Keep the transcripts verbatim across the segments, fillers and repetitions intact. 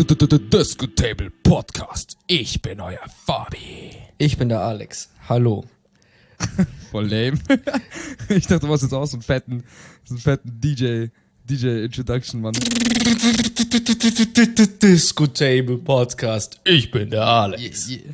Disco-Table Podcast. Ich bin euer Fabi. Ich bin der Alex. Hallo. Voll lame. Ich dachte, du machst jetzt auch so einen fetten, so einen fetten D J, D J Introduction, Mann. Disco-Table Podcast. Ich bin der Alex. Yeah,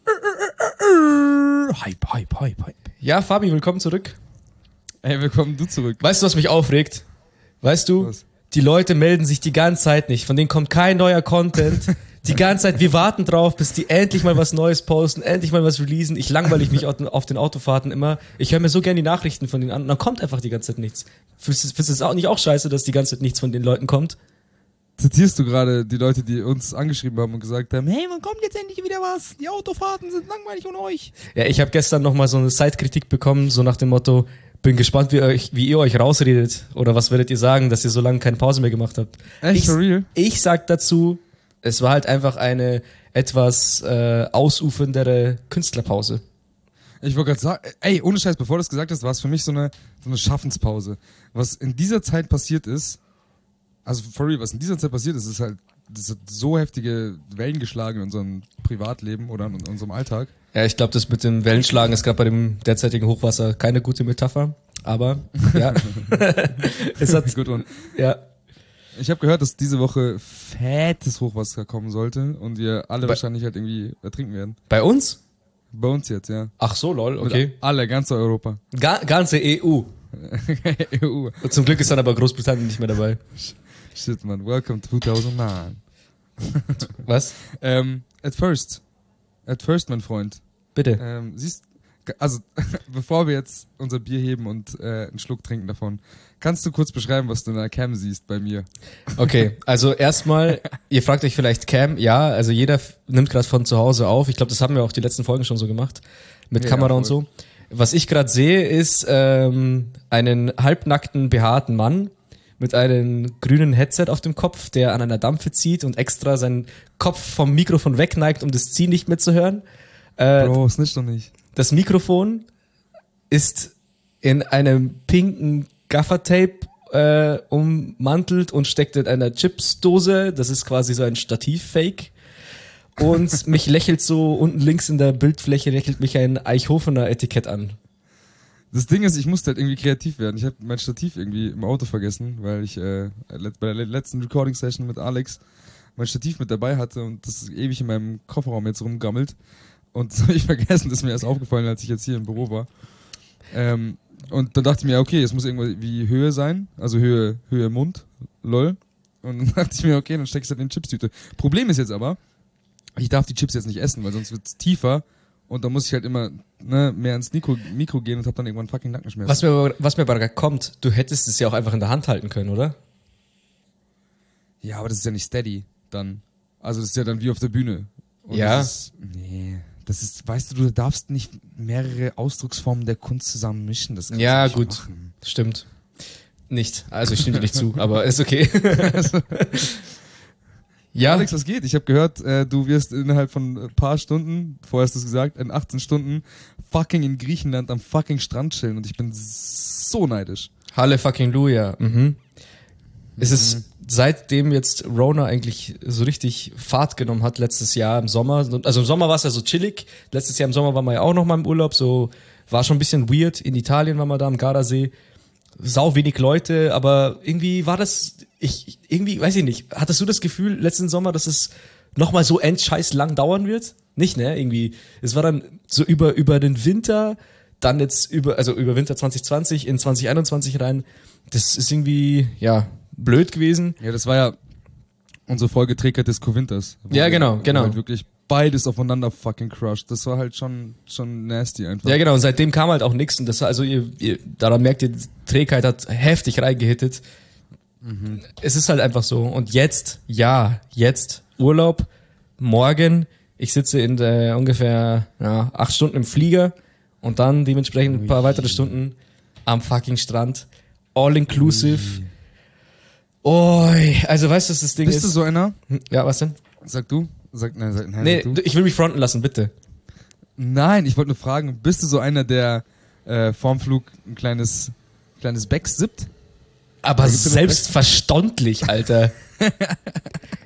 yeah. Hype, Hype, Hype, Hype. Ja, Fabi, willkommen zurück. Hey, willkommen du zurück. Weißt du, was mich aufregt? Weißt du, Was? die Leute melden sich die ganze Zeit nicht. Von denen kommt kein neuer Content. Die ganze Zeit, wir warten drauf, bis die endlich mal was Neues posten, endlich mal was releasen. Ich langweile mich auf den Autofahrten immer. Ich höre mir so gerne die Nachrichten von denen an und dann kommt einfach die ganze Zeit nichts. Findest du es auch nicht auch scheiße, dass die ganze Zeit nichts von den Leuten kommt? Zitierst du gerade die Leute, die uns angeschrieben haben und gesagt haben, hey, wann kommt jetzt endlich wieder was? Die Autofahrten sind langweilig ohne euch. Ja, ich habe gestern nochmal so eine Side-Kritik bekommen, so nach dem Motto, bin gespannt, wie, euch, wie ihr euch rausredet. Oder was werdet ihr sagen, dass ihr so lange keine Pause mehr gemacht habt? Echt, ich, for real? Ich sag dazu, es war halt einfach eine etwas äh, ausuferndere Künstlerpause. Ich wollte gerade sagen, ey, ohne Scheiß, bevor du das gesagt hast, war es für mich so eine, so eine Schaffenspause. Was in dieser Zeit passiert ist, also for real, was in dieser Zeit passiert ist, ist halt, das hat so heftige Wellen geschlagen in unserem Privatleben oder in unserem Alltag. Ja, ich glaube, das mit dem Wellenschlagen ist gerade bei dem derzeitigen Hochwasser keine gute Metapher, aber ja. Es hat, Gut, und ja. ich habe gehört, dass diese Woche fettes Hochwasser kommen sollte und wir alle Bei- wahrscheinlich halt irgendwie ertrinken werden. Bei uns? Bei uns jetzt, ja. Ach so, lol, okay. Mit alle, ganz Europa. Ga- ganze E U. E U. Und zum Glück ist dann aber Großbritannien nicht mehr dabei. Shit, man. Welcome to zweitausendneun. Was? Ähm, at first. At first, mein Freund. Bitte. Ähm, siehst, also, bevor wir jetzt unser Bier heben und äh, einen Schluck trinken davon, kannst du kurz beschreiben, was du in der Cam siehst bei mir? Okay, also erstmal, ihr fragt euch vielleicht Cam, ja, also jeder f- nimmt gerade von zu Hause auf. Ich glaube, das haben wir auch die letzten Folgen schon so gemacht, mit Ja, Kamera voll. und so. Was ich gerade sehe, ist ähm, einen halbnackten, behaarten Mann mit einem grünen Headset auf dem Kopf, der an einer Dampfe zieht und extra seinen Kopf vom Mikrofon wegneigt, um das Ziehen nicht mitzuhören. Äh, Bro, snitch doch nicht. Das Mikrofon ist in einem pinken Gaffertape äh, ummantelt und steckt in einer Chipsdose. Das ist quasi so ein Stativ-Fake. Und mich lächelt so unten links in der Bildfläche lächelt mich ein Eichhofener Etikett an. Das Ding ist, ich musste halt irgendwie kreativ werden. Ich habe mein Stativ irgendwie im Auto vergessen, weil ich äh, let- bei der letzten Recording-Session mit Alex mein Stativ mit dabei hatte und das ist ewig in meinem Kofferraum jetzt rumgammelt. Und das habe ich vergessen, das ist mir erst aufgefallen, als ich jetzt hier im Büro war. Ähm, und dann dachte ich mir, okay, es muss irgendwie Höhe sein, also Höhe, Höhe Mund, lol. Und dann dachte ich mir, okay, dann steckst du halt in die Chipstüte. Problem ist jetzt aber, ich darf die Chips jetzt nicht essen, weil sonst wird's tiefer und dann muss ich halt immer ne, mehr ins Mikro, Mikro gehen und hab dann irgendwann fucking Nackenschmerzen. Was mir, aber- was mir aber gerade kommt, du hättest es ja auch einfach in der Hand halten können, oder? Ja, aber das ist ja nicht steady dann. Also das ist ja dann wie auf der Bühne. Und Ja. Das ist, nee, das ist, weißt du, du darfst nicht mehrere Ausdrucksformen der Kunst zusammen mischen. Das kannst Ja, du nicht gut. machen. Stimmt. Nicht. Also ich stimme dir nicht zu, aber ist okay. Ja, Alex, was geht? Ich habe gehört, äh, du wirst innerhalb von ein paar Stunden, vorher hast du es gesagt, in achtzehn Stunden fucking in Griechenland am fucking Strand chillen und ich bin so neidisch. Halle fucking Luja. Mhm. Es ist seitdem jetzt Rona eigentlich so richtig Fahrt genommen hat, letztes Jahr im Sommer. Also im Sommer war es ja so chillig. Letztes Jahr im Sommer waren wir ja auch noch mal im Urlaub. So war schon ein bisschen weird. In Italien waren wir da am Gardasee. Sau wenig Leute, aber irgendwie war das, ich, irgendwie, weiß ich nicht. Hattest du das Gefühl letzten Sommer, dass es noch mal so endscheiß lang dauern wird? Nicht, ne? Irgendwie. Es war dann so über, über den Winter, dann jetzt über, also über Winter zwanzig zwanzig in zwanzig einundzwanzig rein. Das ist irgendwie, ja, blöd gewesen. Ja, das war ja unsere Folge Träger Disco Winters. wo Ja, wir- genau, wo genau. Halt wirklich beides aufeinander fucking crushed. Das war halt schon, schon nasty einfach. Ja, genau. Und seitdem kam halt auch nichts. Und das war also, ihr, ihr, daran merkt ihr, die Trägheit hat heftig reingehittet. Es ist halt einfach so. Und jetzt, ja, jetzt Urlaub, morgen. Ich sitze in der ungefähr ja, acht Stunden im Flieger und dann dementsprechend ein paar weitere Stunden am fucking Strand. All inclusive. Oi, also weißt du, was das Ding Bist ist? du so einer? Hm, Ja, was denn? Sag du? Sag, nein, sag, nein, Nee, sag du. ich will mich fronten lassen, bitte. Nein, ich wollte nur fragen, bist du so einer, der äh, vorm Flug ein kleines, kleines Becks sippt? Aber Da gibt's ja noch selbstverständlich, Alter.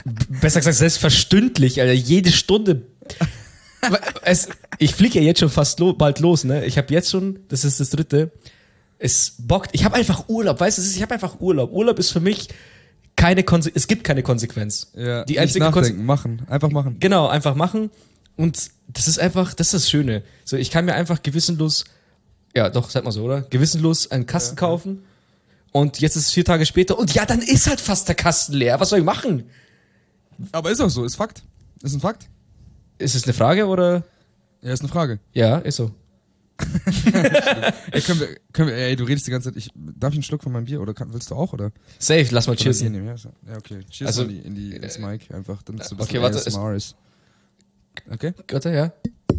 Besser gesagt, selbstverständlich, Alter. Jede Stunde. Es, ich fliege ja jetzt schon fast lo, bald los, ne? Ich habe jetzt schon, das ist das dritte, es bockt. Ich habe einfach Urlaub, weißt du, ich habe einfach Urlaub. Urlaub ist für mich keine Konsequenz, es gibt keine Konsequenz. Ja, die nicht einzige nachdenken, machen, einfach machen. Genau, einfach machen. Und das ist einfach, das ist das Schöne. So, ich kann mir einfach gewissenlos, ja doch, sag mal so, oder? Gewissenlos einen Kasten ja, kaufen und jetzt ist es vier Tage später und ja, dann ist halt fast der Kasten leer. Was soll ich machen? Aber ist auch so, ist Fakt. Ist ein Fakt. Ist es eine Frage oder? Ja, ist eine Frage. Ja, ist so. ey, können wir, können wir, ey, du redest die ganze Zeit. Ich, darf ich einen Schluck von meinem Bier oder kann, willst du auch, oder? Safe, lass mal cheersen. Ja, okay. Cheers also, in die, in die, ins Mic einfach, damit es so ein okay, warte, A S M R ist. Okay? Warte, ja.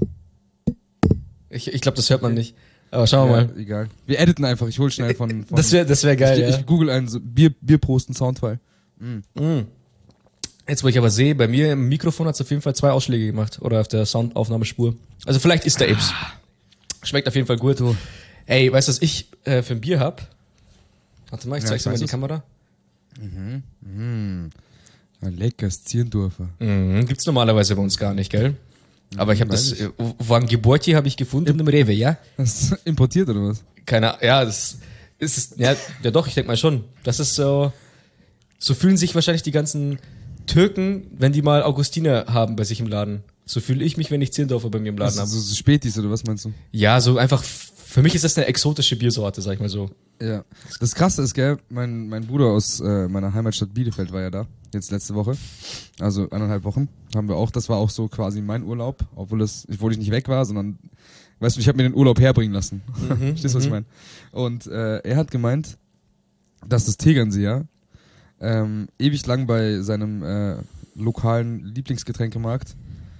Ich, ich glaube, das hört man nicht. Aber schauen wir ja, mal. Egal. Wir editen einfach, ich hol schnell von, von Das wäre das wär geil, ich, ja. Ich google einen so Bier, Bierprosten Soundfile. Mm. Mm. Jetzt, wo ich aber sehe, bei mir im Mikrofon hat es auf jeden Fall zwei Ausschläge gemacht. Oder auf der Soundaufnahmespur. Also vielleicht ist der Apes. Schmeckt auf jeden Fall gut. Du. Ey, weißt du, was ich äh, für ein Bier hab? Warte mal, ich ja, zeig's dir mal in die es. Kamera. Mhm. Mhm. Ein leckeres Zierndorfer. Mhm. Gibt's normalerweise bei uns gar nicht, gell? Aber ich habe das, äh, wann Geburti habe ich gefunden im, im Rewe, ja? Das ist importiert oder was? Keine, ja, das ist, ja, ja doch, ich denke mal schon. Das ist so, so fühlen sich wahrscheinlich die ganzen Türken, wenn die mal Augustiner haben bei sich im Laden. So fühle ich mich, wenn ich Zirndorfer bei mir im Laden also, habe. So, so Spätis oder was meinst du? Ja, so einfach, für mich ist das eine exotische Biersorte, sag ich mal so. Ja. Das Krasse ist, gell, mein, mein Bruder aus äh, meiner Heimatstadt Bielefeld war ja da, jetzt letzte Woche. Also eineinhalb Wochen haben wir auch, das war auch so quasi mein Urlaub, obwohl das, obwohl ich nicht weg war, sondern, weißt du, ich habe mir den Urlaub herbringen lassen. Mhm, Verstehst du, was ich meine? Und äh, er hat gemeint, dass das Tegernseer ähm, ewig lang bei seinem äh, lokalen Lieblingsgetränkemarkt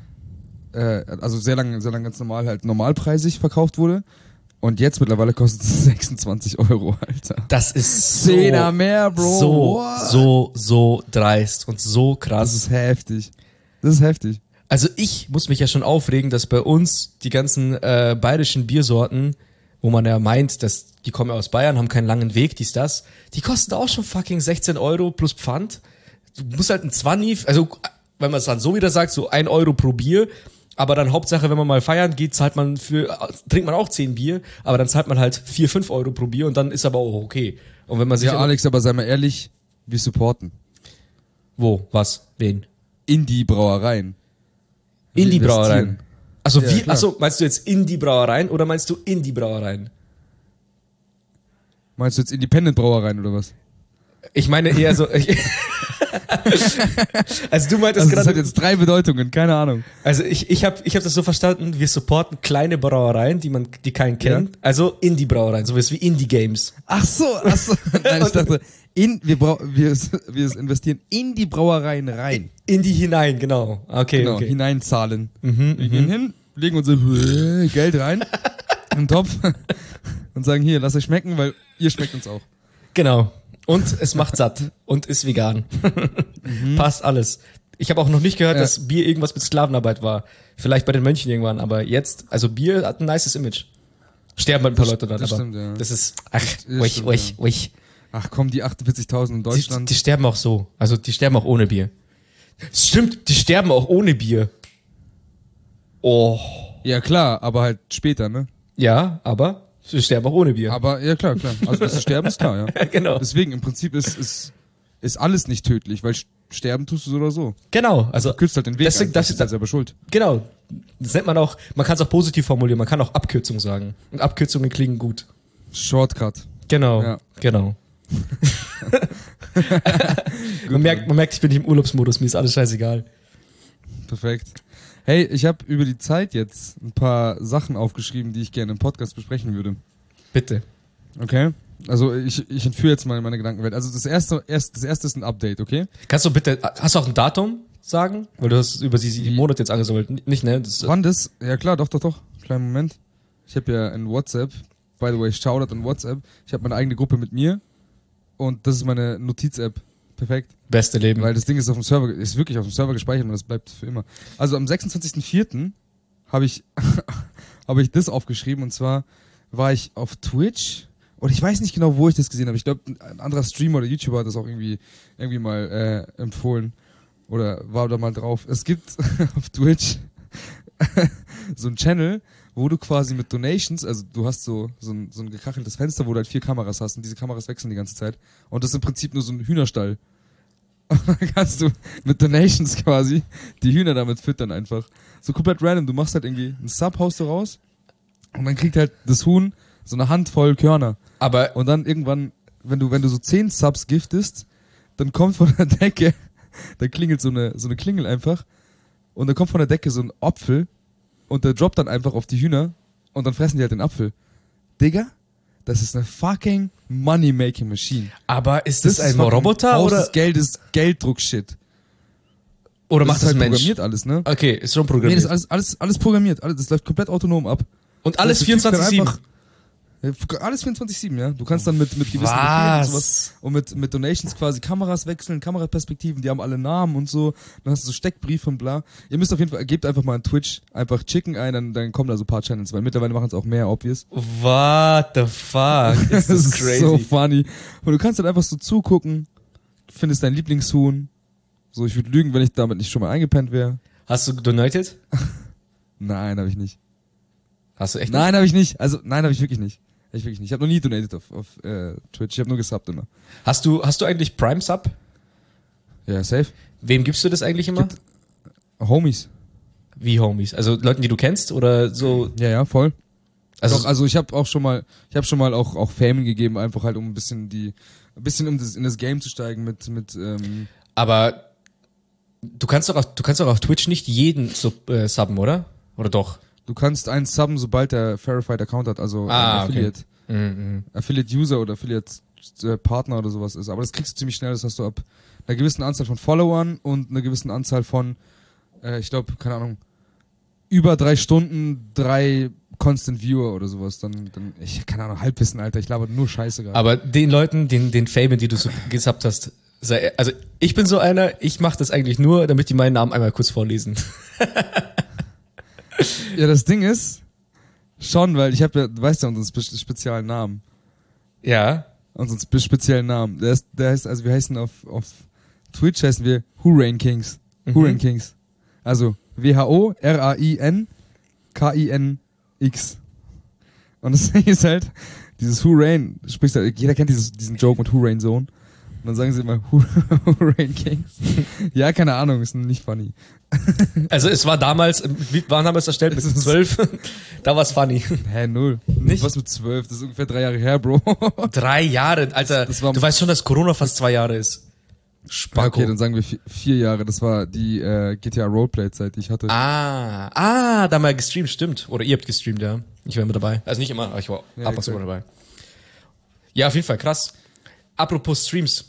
äh, also sehr lange, sehr lange ganz normal halt normalpreisig verkauft wurde. Und jetzt mittlerweile kostet es sechsundzwanzig Euro, Alter. Das ist so, Zehner mehr, Bro. So, What? so, so dreist und so krass. Das ist heftig. Das ist heftig. Also ich muss mich ja schon aufregen, dass bei uns die ganzen äh, bayerischen Biersorten, wo man ja meint, dass die kommen ja aus Bayern, haben keinen langen Weg, dies, das, die kosten auch schon fucking sechzehn Euro plus Pfand. Du musst halt ein Zwanni, also wenn man es dann so wieder sagt, so ein Euro pro Bier, aber dann Hauptsache, wenn man mal feiern geht, zahlt man für, trinkt man auch zehn Bier, aber dann zahlt man halt vier, fünf Euro pro Bier und dann ist aber auch okay. Und wenn man sich ja, Alex, aber sei mal ehrlich, wir supporten. Wo? Was? Wen? Indie-Brauereien. Indie-Brauereien. Also ja, wie, klar. achso, meinst du jetzt Indie-Brauereien oder meinst du Indie-Brauereien? Meinst du jetzt Independent-Brauereien oder was? Ich meine eher so. Ich, also du meintest Also das gerade. hat jetzt drei Bedeutungen, keine Ahnung. Also ich, ich habe ich hab das so verstanden, wir supporten kleine Brauereien, die man, die keinen kennt. Ja. Also Indie-Brauereien, sowas wie Indie-Games. Ach so, ach so. Nein, ich dachte, in, wir, brau wir, wir investieren in die Brauereien rein. In die hinein, genau. Okay, genau, okay. hineinzahlen. Mhm, wir gehen hin, legen unser Geld rein, in den Topf und sagen, hier, lasst euch schmecken, weil ihr schmeckt uns auch. Genau. Und es macht satt und ist vegan. Mhm. Passt alles. Ich habe auch noch nicht gehört, ja. dass Bier irgendwas mit Sklavenarbeit war. Vielleicht bei den Mönchen irgendwann, aber jetzt, also Bier hat ein nices Image. Sterben halt ein paar das, Leute dann, das aber stimmt, ja. das ist, ach, das uich, stimmt, uich, ja. uich. Ach komm, die achtundvierzigtausend in Deutschland. Die, die sterben auch so. Also die sterben auch ohne Bier. Stimmt, die sterben auch ohne Bier. Oh. Ja klar, aber halt später, ne? Ja, aber sie sterben auch ohne Bier. Aber, ja klar, klar. Also dass sie sterben ist klar, ja. Genau. Deswegen, im Prinzip ist, ist, ist alles nicht tödlich, weil sterben tust du so oder so. Genau, also. Du kürzt halt den Weg, deswegen, einfach, das ist halt selber schuld. Genau. Das nennt man auch, man kann es auch positiv formulieren, man kann auch Abkürzung sagen. Und Abkürzungen klingen gut. Shortcut. Genau, ja. genau. man, merkt, man merkt, ich bin nicht im Urlaubsmodus, mir ist alles scheißegal. Perfekt. Hey, ich habe über die Zeit jetzt ein paar Sachen aufgeschrieben, die ich gerne im Podcast besprechen würde. Bitte. Okay? Also ich, ich entführe jetzt mal meine Gedankenwelt. Also das erste, erst, das erste ist ein Update, okay? Kannst du bitte, hast du auch ein Datum sagen? Weil du hast über die, die Monate jetzt angesammelt. Nicht, ne? Das, Wann das? Ja klar, doch, doch, doch. Kleinen Moment. Ich habe ja ein WhatsApp. By the way, Shoutout an WhatsApp. Ich habe meine eigene Gruppe mit mir. Und das ist meine Notiz-App. Perfekt. Beste Leben. Weil das Ding ist auf dem Server, ist wirklich auf dem Server gespeichert und das bleibt für immer. Also am sechsundzwanzigsten vierten habe ich, habe ich das aufgeschrieben und zwar war ich auf Twitch und ich weiß nicht genau, wo ich das gesehen habe. Ich glaube, ein anderer Streamer oder YouTuber hat das auch irgendwie, irgendwie mal äh, empfohlen. oder war da mal drauf. Es gibt auf Twitch so ein Channel, wo du quasi mit Donations, also du hast so, so, ein, so ein gekacheltes Fenster, wo du halt vier Kameras hast und diese Kameras wechseln die ganze Zeit. Und das ist im Prinzip nur so ein Hühnerstall. Und dann kannst du mit Donations quasi die Hühner damit füttern einfach. So komplett random. Du machst halt irgendwie einen Sub, haust du raus und dann kriegt halt das Huhn so eine Handvoll Körner. Aber Und dann irgendwann, wenn du, wenn du so zehn Subs giftest, dann kommt von der Decke, da klingelt so eine, so eine Klingel einfach und dann kommt von der Decke so ein Apfel und der droppt dann einfach auf die Hühner und dann fressen die halt den Apfel. Digga, das ist eine fucking Money-Making-Machine. aber ist das, ist ein fucking Roboter Haus oder des Geldes, Gelddruck-Shit. oder Das macht ist das halt ein Mensch? programmiert alles, ne? Okay, ist schon Nee, programmiert. das ist alles, alles, alles programmiert. Alles, das läuft komplett autonom ab. Und alles Das heißt, der Typ vierundzwanzig kann sieben. einfach- Alles vierundzwanzig sieben, ja. Du kannst dann mit, mit gewissen Was? Befehlen und sowas und mit, mit Donations quasi Kameras wechseln, Kameraperspektiven, die haben alle Namen und so. Dann hast du so Steckbrief und bla. Ihr müsst auf jeden Fall, gebt einfach mal an Twitch einfach Chicken ein, dann, dann kommen da so ein paar Channels, weil mittlerweile machen es auch mehr, obvious. What the fuck? Ist das crazy? so funny. Und du kannst dann einfach so zugucken, findest dein Lieblingshuhn. So, ich würde lügen, wenn ich damit nicht schon mal eingepennt wäre. Hast du donated? Nein, habe ich nicht. Hast du echt? Nein, habe ich nicht. Also, nein, habe ich wirklich nicht. Hab ich wirklich nicht. Ich habe noch nie donated auf, auf äh, Twitch. Ich habe nur gesubbt immer. Hast du, hast du eigentlich Prime Sub? Ja, safe. Wem gibst du das eigentlich immer? Gibt- Homies. Wie Homies? Also Leuten, die du kennst oder so? Ja, ja, voll. Also, Also, Doch, also ich habe auch schon mal, ich habe schon mal auch auch Famen gegeben, einfach halt um ein bisschen die, ein bisschen um das, in das Game zu steigen mit mit. Ähm, aber du kannst doch auf, du kannst doch auf Twitch nicht jeden sub, äh, subben, oder? Oder doch? du kannst einen subben, sobald der Verified Account hat, also Ah, ein okay. Affiliate, Mhm. Affiliate User oder Affiliate äh, Partner oder sowas ist. Aber das kriegst du ziemlich schnell. Das hast du ab einer gewissen Anzahl von Followern und einer gewissen Anzahl von, äh, ich glaube, keine Ahnung, über drei Stunden, drei Constant Viewer oder sowas. Dann, dann ich keine Ahnung, Halbwissen, Alter. Ich laber nur Scheiße gerade. Aber den Leuten, den, den Famen, die du so gesubbt hast, sei, also ich bin so einer, ich mache das eigentlich nur, damit die meinen Namen einmal kurz vorlesen. Ja, das Ding ist schon, weil ich habe ja, du weißt ja unseren spe speziellen Namen. Ja. Unseren spe speziellen Namen. Der ist, der heißt, also wir heißen auf, auf Twitch heißen wir Hurain Kings. Mhm. Hurain Kings. Also W H O R A I N K I N X. Und das Ding ist halt, dieses Hurain, sprichst halt, jeder kennt dieses, diesen Joke mit Hurain Zone. Und dann sagen sie immer Hurain Kings. Ja, keine Ahnung, ist nicht funny. Also es war damals, wie wann haben wir es erstellt? Mit Es ist- zwölf? Da war's funny. Hä, null. Nicht? Was mit zwölf? Das ist ungefähr drei Jahre her, Bro. Drei Jahre, Alter. Das war- du weißt schon, dass Corona fast zwei Jahre ist. Ja, Spacko. okay, dann sagen wir vier, vier Jahre. Das war die äh, G T A Roleplay-Zeit, die ich hatte. Ah, ah, da haben wir gestreamt, stimmt. Oder ihr habt gestreamt, ja. Ich war immer dabei. Also nicht immer, aber ich war Ja, ab und zu exakt. immer dabei. Ja, auf jeden Fall, krass. Apropos Streams.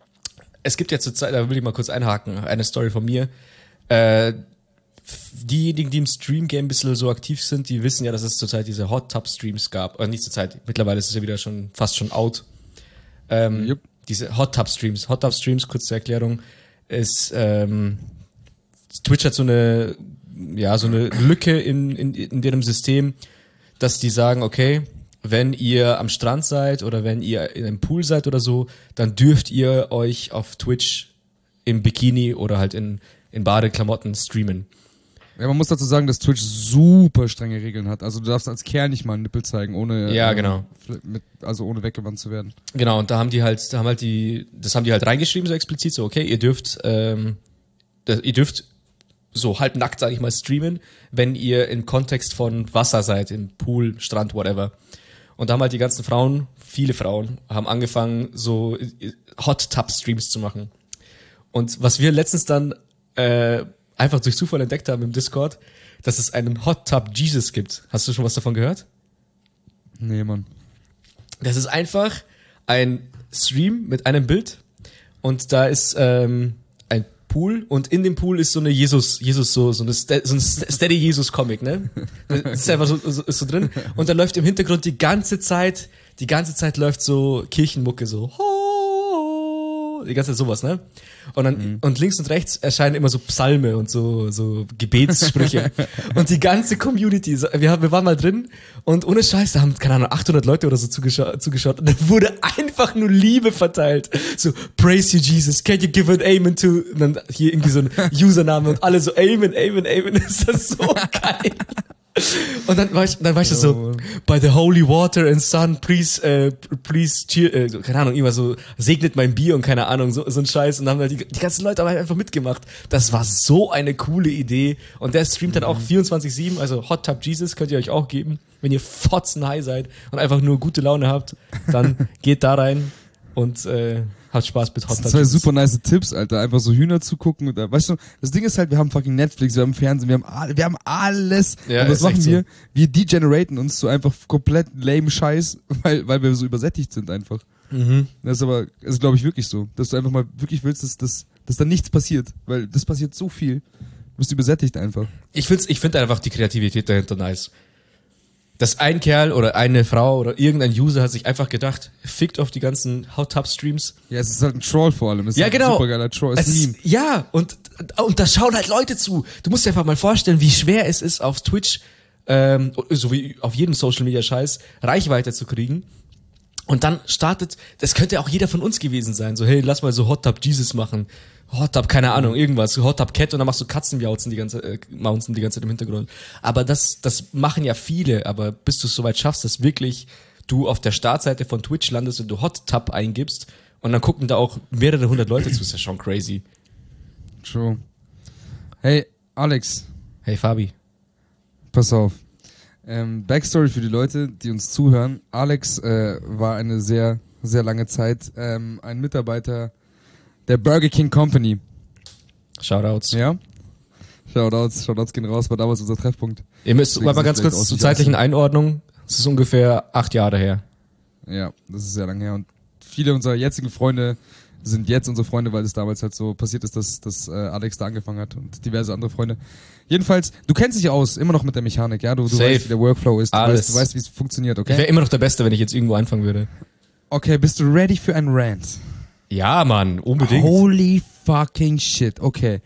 Es gibt ja zur Zeit, da will ich mal kurz einhaken, eine Story von mir. Äh, diejenigen, die im Stream-Game ein bisschen so aktiv sind, die wissen ja, dass es zurzeit diese Hot-Tub-Streams gab. Oder nicht zurzeit, mittlerweile ist es ja wieder schon fast schon out. Ähm, Jupp. Diese Hot-Tub-Streams. Hot-Tub-Streams, kurz zur Erklärung, ist, ähm, Twitch hat so eine, ja, so eine Lücke in, in, in deren System, dass die sagen, okay, wenn ihr am Strand seid oder wenn ihr in einem Pool seid oder so, dann dürft ihr euch auf Twitch im Bikini oder halt in, in Badeklamotten streamen. Ja, man muss dazu sagen, dass Twitch super strenge Regeln hat. Also du darfst als Kerl nicht mal einen Nippel zeigen, ohne Ja, ähm, genau. mit, also ohne weggewandt zu werden. Genau, und da haben die halt, da haben halt die, das haben die halt reingeschrieben, so explizit, so, okay, ihr dürft, ähm, das, ihr dürft so halbnackt, sage ich mal, streamen, wenn ihr im Kontext von Wasser seid, im Pool, Strand, whatever. Und da haben halt die ganzen Frauen, viele Frauen, haben angefangen, so Hot-Tub-Streams zu machen. Und was wir letztens dann äh, einfach durch Zufall entdeckt haben im Discord, dass es einen Hot-Tub-Jesus gibt. Hast du schon was davon gehört? Nee, Mann. Das ist einfach ein Stream mit einem Bild und da ist ähm, ein Pool und in dem Pool ist so eine Jesus, Jesus so so eine Ste so ein Steady Jesus Comic, ne? Das ist einfach so, so ist so drin und da läuft im Hintergrund die ganze Zeit, die ganze Zeit läuft so Kirchenmucke so. Hallo, die ganze Zeit sowas, ne? Und dann, mhm. und links und rechts erscheinen immer so Psalme und so, so Gebetssprüche. Und die ganze Community, wir, haben, wir waren mal drin und ohne Scheiß, da haben, keine Ahnung, achthundert Leute oder so zugeschaut, zugeschaut und da wurde einfach nur Liebe verteilt. So, praise you Jesus, can you give an amen to, und dann hier irgendwie so ein Username und alle so, amen, amen, amen, ist das so geil. Und dann war ich, dann war ich oh, so, by the holy water and sun, please, äh, please cheer, äh, keine Ahnung, immer so, segnet mein Bier und keine Ahnung, so, so ein Scheiß. Und dann haben halt die, die ganzen Leute haben halt einfach mitgemacht. Das war so eine coole Idee. Und der streamt dann auch vierundzwanzig sieben, also Hot Tub Jesus könnt ihr euch auch geben. Wenn ihr fotzen high seid und einfach nur gute Laune habt, dann geht da rein und, äh, hat Spaß mit Hot Tub. Das sind zwei super nice Tipps, Alter. Einfach so Hühner zu gucken. Weißt du, das Ding ist halt, wir haben fucking Netflix, wir haben Fernsehen, wir haben, all, wir haben alles. Ja, und was machen wir? So. Wir degeneraten uns zu einfach komplett lame Scheiß, weil, weil wir so übersättigt sind einfach. Mhm. Das ist aber, das ist glaube ich wirklich so, dass du einfach mal wirklich willst, dass, dass, dass da nichts passiert. Weil das passiert so viel. Du bist übersättigt einfach. Ich find's, ich find einfach die Kreativität dahinter nice. Dass ein Kerl oder eine Frau oder irgendein User hat sich einfach gedacht, fickt auf die ganzen Hot Tub Streams. Ja, es ist halt ein Troll vor allem. Es ja, ist genau. Ein supergeiler Troll. Es es ist, ja, und, und da schauen halt Leute zu. Du musst dir einfach mal vorstellen, wie schwer es ist, auf Twitch, ähm, so wie auf jedem Social Media Scheiß, Reichweite zu kriegen. Und dann startet, das könnte auch jeder von uns gewesen sein. So, hey, lass mal so Hot Tub Jesus machen. Hot Tub, keine Ahnung, irgendwas, Hot Tub Cat und dann machst du Katzenmiauzen die ganze, äh, Mounzen die ganze Zeit im Hintergrund. Aber das, das machen ja viele, aber bis du es soweit schaffst, dass wirklich du auf der Startseite von Twitch landest und du Hot Tub eingibst und dann gucken da auch mehrere hundert Leute zu, ist ja schon crazy. True. Hey, Alex. Hey, Fabi. Pass auf. Ähm, Backstory für die Leute, die uns zuhören. Alex äh, war eine sehr, sehr lange Zeit ähm, ein Mitarbeiter der Burger King Company. Shoutouts. Ja. Shoutouts, Shoutouts gehen raus, war damals unser Treffpunkt. Ihr müsst mal ganz kurz zur zeitlichen Einordnung. Es ist ungefähr acht Jahre her. Ja, das ist sehr lange her. Und viele unserer jetzigen Freunde sind jetzt unsere Freunde, weil es damals halt so passiert ist, dass, dass äh, Alex da angefangen hat und diverse andere Freunde. Jedenfalls, du kennst dich aus, immer noch mit der Mechanik, ja? Du, du weißt, wie der Workflow ist, du Alles. weißt, du weißt, wie es funktioniert, okay? Ich wäre immer noch der Beste, wenn ich jetzt irgendwo anfangen würde. Okay, bist du ready für einen Rant? Ja, Mann, unbedingt. Holy fucking shit, okay.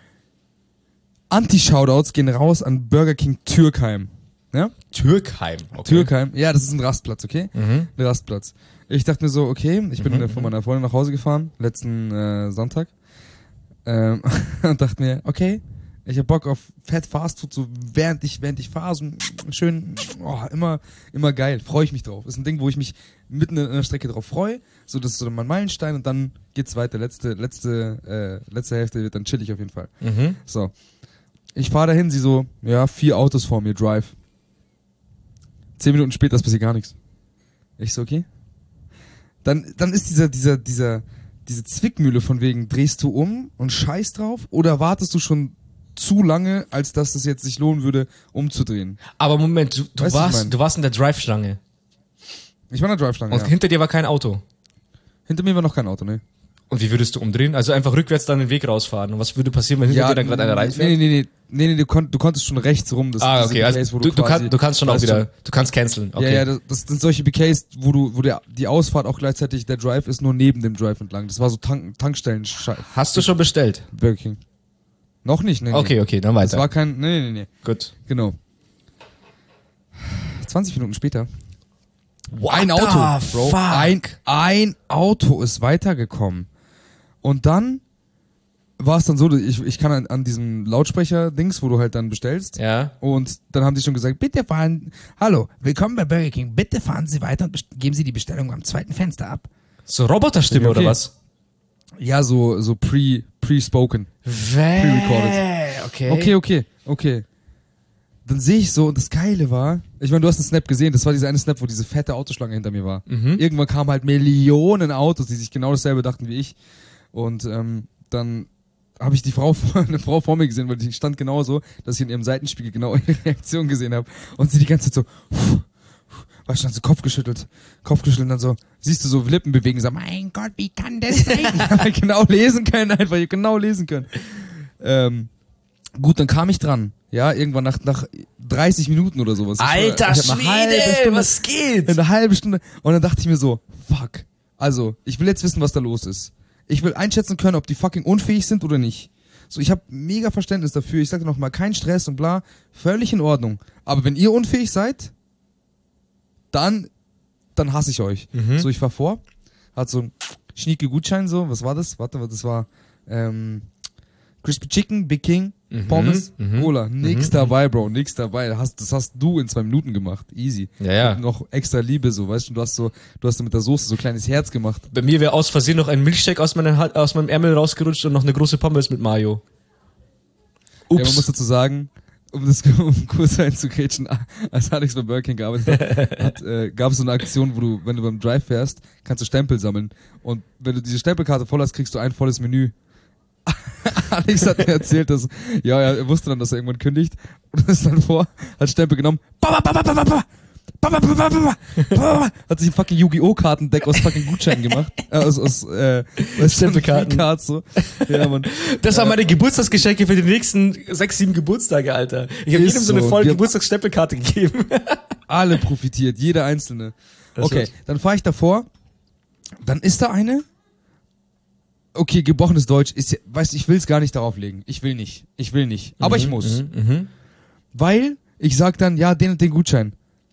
Anti-Shoutouts gehen raus an Burger King Türkheim. Ja? Türkheim, okay. Türkheim, ja, das ist ein Rastplatz, okay? Mhm. Ein Rastplatz. Ich dachte mir so, okay, ich bin Mhm, von meiner Freundin nach Hause gefahren, letzten äh, Sonntag. Ähm, und dachte mir, okay, ich hab Bock auf Fett Fastfood, so während ich, während ich fahre, so schön, oh, immer, immer geil, freue ich mich drauf. Ist ein Ding, wo ich mich mitten in der Strecke drauf freue, so das ist so mein Meilenstein und dann geht's weiter. Letzte, letzte, äh, letzte Hälfte wird dann chillig auf jeden Fall. Mhm. So. Ich fahre dahin, sie so, ja, vier Autos vor mir, Drive. Zehn Minuten später, es passiert gar nichts. Ich so, okay. Dann, dann ist dieser, dieser, dieser, diese Zwickmühle von wegen, drehst du um und scheiß drauf oder wartest du schon zu lange, als dass das jetzt sich lohnen würde, umzudrehen? Aber Moment, du, du Weißt, warst, du warst in der Drive-Schlange. Ich war in der Drive-Schlange, Und ja. hinter dir war kein Auto. Hinter mir war noch kein Auto, ne? Und wie würdest du umdrehen? Also einfach rückwärts dann den Weg rausfahren. Und was würde passieren, wenn hinter dir dann gerade einer reinfährt? Nee, nee, nee, nee, nee, du, konnt, du konntest schon rechts rum. Das, ah, das okay, B Ks, also wo du, du, quasi, kann, du kannst schon auch wieder, du kannst canceln. Okay. Ja, ja, das, das sind solche B Ks, wo du, wo der, die Ausfahrt auch gleichzeitig, der Drive ist nur neben dem Drive entlang. Das war so Tank, Tankstellen. Hast du schon bestellt? Burger King. Noch nicht, ne? Okay, okay, dann weiter. Das war kein, nee, nee, nee. Gut. Genau. zwanzig Minuten später. What ein Auto, the Bro. Fuck? Ein, ein Auto ist weitergekommen. Und dann war es dann so, ich, ich kann an, an diesem Lautsprecher-Dings, wo du halt dann bestellst. Ja. Und dann haben die schon gesagt, bitte fahren, hallo, willkommen bei Burger King, bitte fahren Sie weiter und geben Sie die Bestellung am zweiten Fenster ab. So Roboterstimme okay. oder was? Ja, so, so pre, pre-spoken. Pre-recorded. Okay. Okay, okay, okay. Dann sehe ich so, und das Geile war, ich meine, du hast einen Snap gesehen, das war dieser eine Snap, wo diese fette Autoschlange hinter mir war. Mhm. Irgendwann kamen halt Millionen Autos, die sich genau dasselbe dachten wie ich. Und ähm, dann habe ich die Frau, eine Frau vor mir gesehen, weil die stand genauso, dass ich in ihrem Seitenspiegel genau ihre Reaktion gesehen habe. Und sie die ganze Zeit so, weißt du, dann so Kopf geschüttelt, Kopf geschüttelt und dann so, siehst du so Lippen bewegen, so, mein Gott, wie kann das sein? Ich habe halt genau lesen können, einfach, ich hab genau lesen können. Ähm, gut, dann kam ich dran. Ja, irgendwann nach, nach dreißig Minuten oder sowas. Alter ich war, ich Schwede, Stunde, was geht? Eine halbe Stunde. Und dann dachte ich mir so, fuck. Also, ich will jetzt wissen, was da los ist. Ich will einschätzen können, ob die fucking unfähig sind oder nicht. So, ich habe mega Verständnis dafür. Ich sage nochmal, kein Stress und bla. Völlig in Ordnung. Aber wenn ihr unfähig seid, dann, dann hasse ich euch. Mhm. So, ich fahr vor, hat so einen schnieke Gutschein so. Was war das? Warte, das war ähm, Crispy Chicken, Big King, Mhm, Pommes, mhm, Cola. Nix mhm. dabei, Bro. Nix dabei. Das hast, das hast du in zwei Minuten gemacht. Easy. Ja, ja. Und noch extra Liebe so, weißt du. Du hast so, du hast so mit der Soße so ein kleines Herz gemacht. Bei mir wäre aus Versehen noch ein Milchshake aus, meiner, Ha- aus meinem Ärmel rausgerutscht und noch eine große Pommes mit Mayo. Ja, man muss Ups. dazu sagen, um das um kurz einzugrätschen, als Alex bei Burger King gearbeitet hat, hat äh, gab es so eine Aktion, wo du, wenn du beim Drive fährst, kannst du Stempel sammeln. Und wenn du diese Stempelkarte voll hast, kriegst du ein volles Menü. Alex hat mir erzählt, dass, ja, er wusste dann, dass er irgendwann kündigt und ist dann vor, hat Stempel genommen, ba, ba, ba, ba, ba, ba, ba, ba, ba, ba, ba, ba, hat sich ein fucking Yu-Gi-Oh! Kartendeck aus fucking Gutscheinen gemacht, äh, aus, aus, äh, Stempelkarten. Cards, so. Ja, Mann. Das waren meine Geburtstagsgeschenke für die nächsten sechs, sieben Geburtstage, Alter. Ich habe Ist jedem so eine so. volle Wir- Geburtstagsstempelkarte gegeben. Alle profitiert, jeder Einzelne. Das Okay, war's. dann fahre ich davor, dann ist da eine. Okay, gebrochenes Deutsch ist, ja- weißt du, ich will es gar nicht darauf legen. Ich will nicht. Ich will nicht. Aber ich muss. Mhm, mhm. Weil ich sag dann, ja, den und den Gutschein.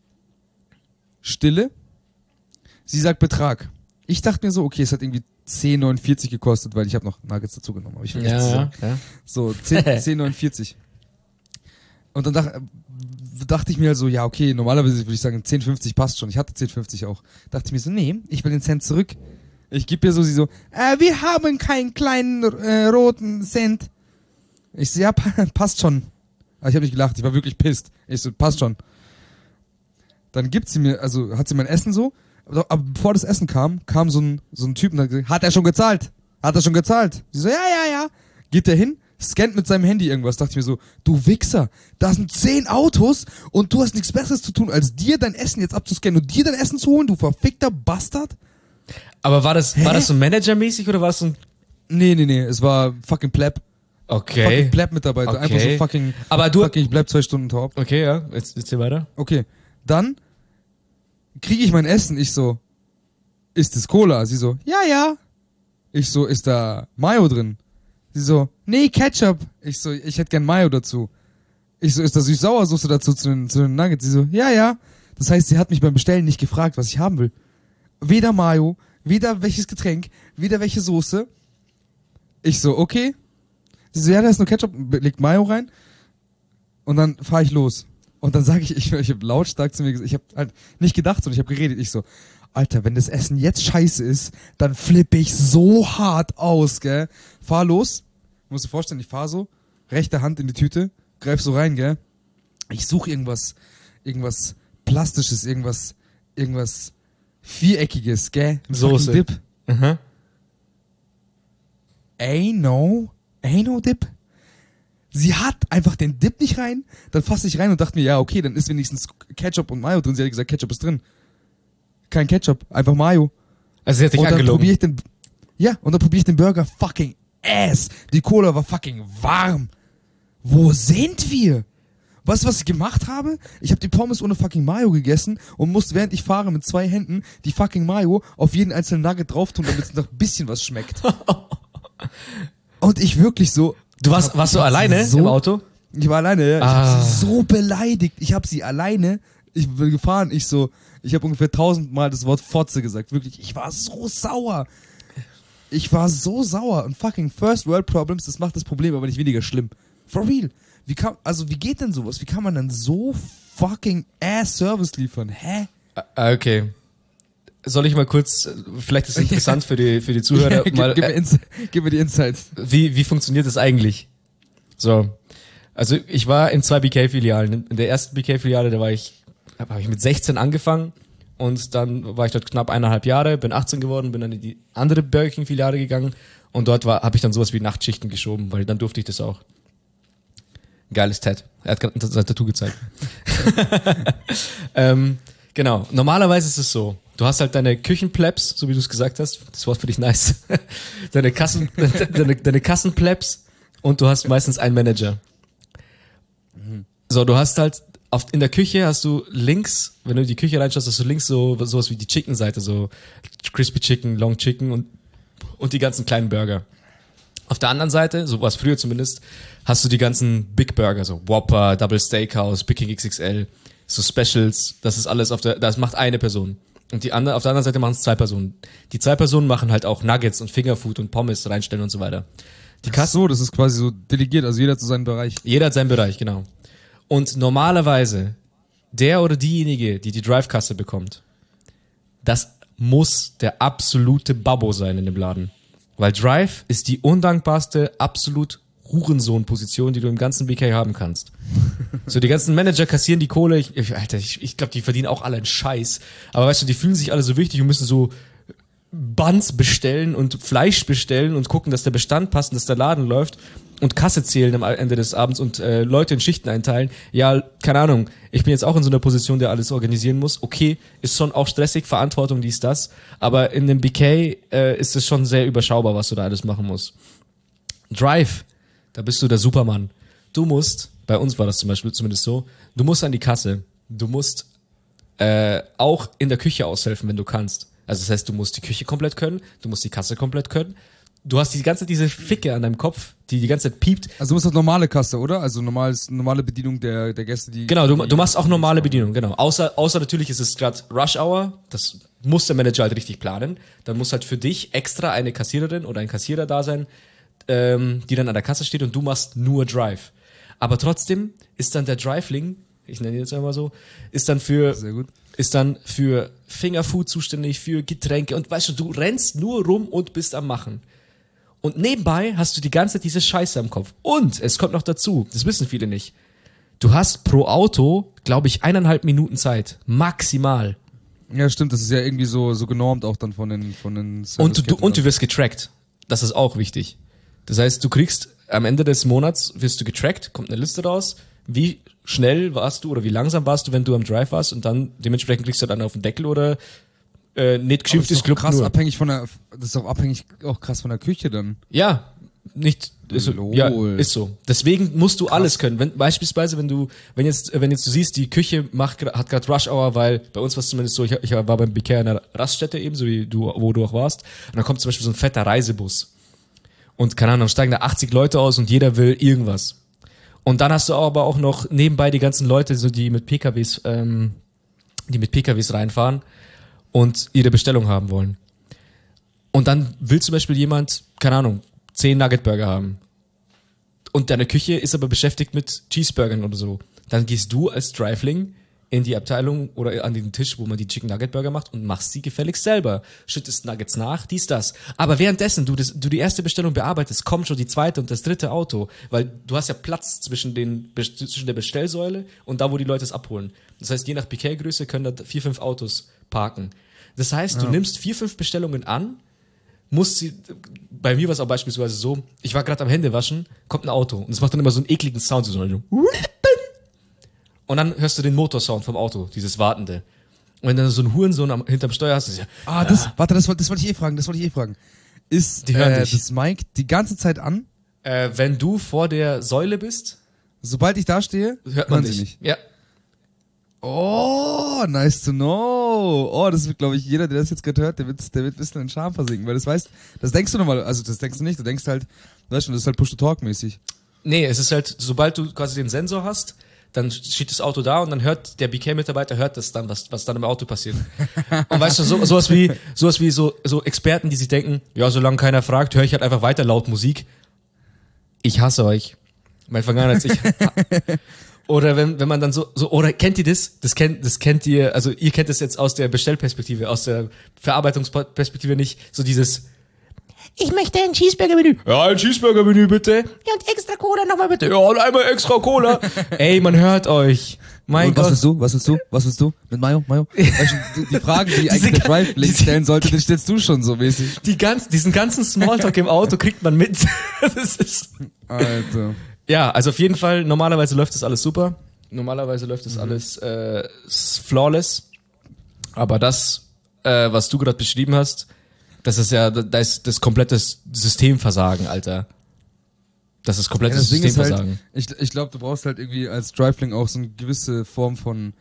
Stille. Sie sagt Betrag. Ich dachte mir so, okay, es hat irgendwie zehn neunundvierzig gekostet, weil ich habe noch Nuggets dazu genommen. Aber ich will Ja, nicht ja, sagen. ja. So, zehn neunundvierzig. Und dann dachte, dachte ich mir halt so, ja, okay, normalerweise würde ich sagen, zehn fünfzig passt schon. Ich hatte zehn fünfzig auch. Dachte ich mir so, nee, ich will den Cent zurück. Ich gebe ihr so, sie so, äh, wir haben keinen kleinen äh, roten Cent. Ich so, ja, pa passt schon. Aber ich habe nicht gelacht, ich war wirklich pisst. Ich so, passt schon. Dann gibt sie mir, also hat sie mein Essen so, aber, aber bevor das Essen kam, kam so ein, so ein Typ und hat gesagt, hat er schon gezahlt? Hat er schon gezahlt? Sie so, ja, ja, ja. Geht der hin, scannt mit seinem Handy irgendwas. Dachte ich mir so, du Wichser, da sind zehn Autos und du hast nichts Besseres zu tun, als dir dein Essen jetzt abzuscannen und dir dein Essen zu holen, du verfickter Bastard. Aber war das, Hä? war das so managermäßig oder war das so ein... Nee, nee, nee, es war fucking Pleb. Okay. Fucking Pleb-Mitarbeiter. Okay. Einfach so fucking, Aber du... fucking, ich bleib zwei Stunden taub. Okay, ja. Jetzt, jetzt hier weiter. Okay, dann kriege ich mein Essen. Ich so, ist es Cola? Sie so, ja, ja. Ich so, ist da Mayo drin? Sie so, nee, Ketchup. Ich so, ich hätte gern Mayo dazu. Ich so, ist da Süß-Sauersoße dazu zu den, zu den Nuggets? Sie so, ja, ja. Das heißt, sie hat mich beim Bestellen nicht gefragt, was ich haben will. Weder Mayo, weder welches Getränk, weder welche Soße. Ich so, okay. Sie so, ja, da ist nur Ketchup, legt Mayo rein. Und dann fahre ich los. Und dann sage ich, ich, ich habe lautstark zu mir gesagt, ich habe halt nicht gedacht, sondern ich habe geredet. Ich so, Alter, wenn das Essen jetzt scheiße ist, dann flippe ich so hart aus, gell. Fahr los. Musst dir vorstellen, ich fahr so, rechte Hand in die Tüte, greif so rein, gell. Ich suche irgendwas, irgendwas Plastisches, irgendwas, irgendwas Viereckiges, gell. Ein Soße. fucking Dip. Mhm. Ain't no, ain't no Dip. Sie hat einfach den Dip nicht rein, dann fasse ich rein und dachte mir, ja, okay, dann ist wenigstens Ketchup und Mayo drin. Sie hat gesagt, Ketchup ist drin. Kein Ketchup, einfach Mayo. Also sie hat dich Und dann angelogen. probiere ich den, ja, und dann probiere ich den Burger fucking ass. Die Cola war fucking warm. Wo sind wir? Weißt du, was ich gemacht habe? Ich habe die Pommes ohne fucking Mayo gegessen und musste, während ich fahre, mit zwei Händen die fucking Mayo auf jeden einzelnen Nugget drauf tun, damit es noch ein bisschen was schmeckt. Und ich wirklich so... Du warst, hab- warst ich du hab sie alleine so, im Auto? Ich war alleine, ja. Ich Ah. hab sie so beleidigt. Ich habe sie alleine, ich bin gefahren, ich so, ich habe ungefähr tausendmal das Wort Fotze gesagt. Wirklich, ich war so sauer. Ich war so sauer. Und fucking First World Problems, das macht das Problem aber nicht weniger schlimm. For real. Wie kann, also wie geht denn sowas? Wie kann man dann so fucking ass Service liefern? Hä? Ah, okay. Soll ich mal kurz, äh, vielleicht ist es interessant für die, für die Zuhörer, gib, mal, gib, mir äh, Insi- gib mir die Insights. wie, wie funktioniert das eigentlich? So. Also ich war in zwei B K-Filialen. In der ersten B K-Filiale, da war ich, da habe ich mit sechzehn angefangen und dann war ich dort knapp eineinhalb Jahre, bin achtzehn geworden, bin dann in die andere Burger King-Filiale gegangen und dort war, habe ich dann sowas wie Nachtschichten geschoben, weil dann durfte ich das auch. Geiles Tat. Er hat gerade sein Tattoo gezeigt. ähm, genau. Normalerweise ist es so. Du hast halt deine Küchenplebs, so wie du es gesagt hast. Das Wort finde ich nice. deine Kassen, deine, deine Kassenplebs und du hast meistens einen Manager. So, du hast halt auf, in der Küche hast du links, wenn du in die Küche reinschaust, hast du links so sowas wie die Chicken-Seite, so Crispy Chicken, Long Chicken und und die ganzen kleinen Burger. Auf der anderen Seite, so war es früher zumindest, hast du die ganzen Big Burger, so Whopper, Double Steakhouse, Big King X X L, so Specials, das ist alles auf der, das macht eine Person. Und die andere, auf der anderen Seite machen es zwei Personen. Die zwei Personen machen halt auch Nuggets und Fingerfood und Pommes reinstellen und so weiter. Die Ach so, das ist quasi so delegiert, also jeder hat so seinen Bereich. Jeder hat seinen Bereich, genau. Und normalerweise, der oder diejenige, die die Drive-Kasse bekommt, das muss der absolute Babbo sein in dem Laden. Weil Drive ist die undankbarste, absolut Hurensohn-Position, die du im ganzen B K haben kannst. So, die ganzen Manager kassieren die Kohle, ich, ich, Alter, ich, ich glaube, die verdienen auch alle einen Scheiß. Aber weißt du, die fühlen sich alle so wichtig und müssen so Buns bestellen und Fleisch bestellen und gucken, dass der Bestand passt und dass der Laden läuft und Kasse zählen am Ende des Abends und äh, Leute in Schichten einteilen. Ja, keine Ahnung, ich bin jetzt auch in so einer Position, der alles organisieren muss. Okay, ist schon auch stressig, Verantwortung, dies, das. Aber in dem B K äh, ist es schon sehr überschaubar, was du da alles machen musst. Drive, da bist du der Supermann. Du musst, bei uns war das zum Beispiel zumindest so, du musst an die Kasse. Du musst äh, auch in der Küche aushelfen, wenn du kannst. Also das heißt, du musst die Küche komplett können, du musst die Kasse komplett können. Du hast die ganze Zeit diese Ficke an deinem Kopf, die die ganze Zeit piept. Also du musst auch normale Kasse, oder? Also normales, normale Bedienung der, der Gäste, die... Genau, du, die du machst auch normale Bedienung, genau. Außer, außer natürlich ist es gerade Rush Hour, das muss der Manager halt richtig planen. Dann muss halt für dich extra eine Kassiererin oder ein Kassierer da sein, ähm, die dann an der Kasse steht und du machst nur Drive. Aber trotzdem ist dann der Driveling, ich nenne ihn jetzt einmal so, ist dann für... Sehr gut. ist dann für Fingerfood zuständig, für Getränke und weißt du, du rennst nur rum und bist am Machen. Und nebenbei hast du die ganze Zeit diese Scheiße am Kopf. Und es kommt noch dazu, das wissen viele nicht, du hast pro Auto, glaube ich, eineinhalb Minuten Zeit, maximal. Ja, stimmt, das ist ja irgendwie so, so genormt auch dann von den, von den Und du, du, und du wirst getrackt. Das ist auch wichtig. Das heißt, du kriegst am Ende des Monats, wirst du getrackt, kommt eine Liste raus, wie schnell warst du oder wie langsam warst du, wenn du am Drive warst und dann dementsprechend kriegst du dann auf den Deckel oder äh, nicht geschimpft ist Club krass nur. abhängig von der, das ist auch abhängig auch krass von der Küche dann. Ja, nicht, ist so, ja, ist so. Deswegen musst du krass. alles können. Wenn, beispielsweise, wenn du, wenn jetzt, wenn jetzt du siehst, die Küche macht, hat gerade Rush Hour, weil bei uns war es zumindest so, ich, ich war beim B K in einer Raststätte eben, so wie du, wo du auch warst, und dann kommt zum Beispiel so ein fetter Reisebus. Und keine Ahnung, dann steigen da achtzig Leute aus und jeder will irgendwas. Und dann hast du aber auch noch nebenbei die ganzen Leute, so die mit P K Ws, ähm, die mit P K Ws reinfahren und ihre Bestellung haben wollen. Und dann will zum Beispiel jemand, keine Ahnung, zehn Nugget-Burger haben. Und deine Küche ist aber beschäftigt mit Cheeseburgern oder so. Dann gehst du als Driveling in die Abteilung oder an den Tisch, wo man die Chicken Nugget Burger macht und machst sie gefälligst selber. Schüttest Nuggets nach, dies, das. Aber währenddessen du, das, du die erste Bestellung bearbeitest, kommt schon die zweite und das dritte Auto. Weil du hast ja Platz zwischen, den, zwischen der Bestellsäule und da, wo die Leute es abholen. Das heißt, je nach B K-Größe können da vier, fünf Autos parken. Das heißt, du ja. nimmst vier, fünf Bestellungen an, musst sie, bei mir war es auch beispielsweise so, ich war gerade am Händewaschen, kommt ein Auto und es macht dann immer so einen ekligen Sound, so so und dann hörst du den Motorsound vom Auto, dieses Wartende. Und wenn du so einen Hurensohn am, hinterm Steuer hast, ist ja, ah, das, ah. warte, das, das wollte ich eh fragen, das wollte ich eh fragen. Ist die hören äh, dich. das Mic die ganze Zeit an? Äh, wenn du vor der Säule bist, sobald ich da stehe, hört man dich. nicht. Ja. Oh, nice to know. Oh, das wird, glaube ich, jeder, der das jetzt gerade hört, der wird, der wird ein bisschen in Scham versinken, weil das weißt, das denkst du nochmal, also das denkst du nicht, du denkst halt, weißt du, das ist halt Push-to-Talk-mäßig. Nee, es ist halt, sobald du quasi den Sensor hast, dann steht das Auto da und dann hört der B K-Mitarbeiter hört das dann, was, was dann im Auto passiert. Und weißt du, so, sowas wie, sowas wie so, so Experten, die sich denken, ja, solange keiner fragt, höre ich halt einfach weiter laut Musik. Ich hasse euch. Mein Vergangenheit, ich, oder wenn, wenn man dann so, so, oder kennt ihr das? Das kennt, das kennt ihr, also ihr kennt das jetzt aus der Bestellperspektive, aus der Verarbeitungsperspektive nicht, so dieses, ich möchte ein Cheeseburger-Menü. Ja, ein Cheeseburger-Menü bitte. Ja, und extra Cola nochmal bitte. Ja, und einmal extra Cola. Ey, man hört euch. Mein und Gott. Was willst du? Was willst du? Was willst du? Mit Mayo? Mayo? Weißt du, die Fragen, die eigentlich der Drive-Link stellen sollte, die stellst du schon so mäßig. Die ganz, diesen ganzen Smalltalk im Auto kriegt man mit. Das ist Alter. Ja, also auf jeden Fall, normalerweise läuft das alles super. Normalerweise läuft das mhm. alles äh, flawless. Aber das, äh, was du gerade beschrieben hast, das ist ja, da ist das komplette Systemversagen, Alter. Das ist komplettes ja, das Systemversagen. Halt, ich ich glaube, du brauchst halt irgendwie als Driveling auch so eine gewisse Form von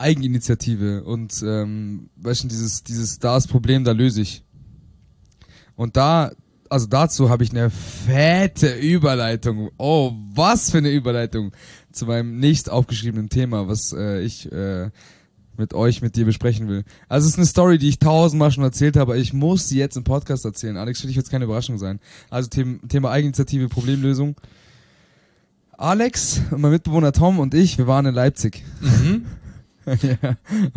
Eigeninitiative und ähm, weißt du, dieses, dieses, da ist Problem, da löse ich. Und da, also dazu habe ich eine fette Überleitung. Oh, was für eine Überleitung zu meinem nächst aufgeschriebenen Thema, was äh, ich äh, mit euch, mit dir besprechen will. Also es ist eine Story, die ich tausendmal schon erzählt habe, aber ich muss sie jetzt im Podcast erzählen. Alex, für dich wird es keine Überraschung sein. Also Thema, Thema Eigeninitiative, Problemlösung. Alex und mein Mitbewohner Tom und ich, wir waren in Leipzig. Mhm. ja.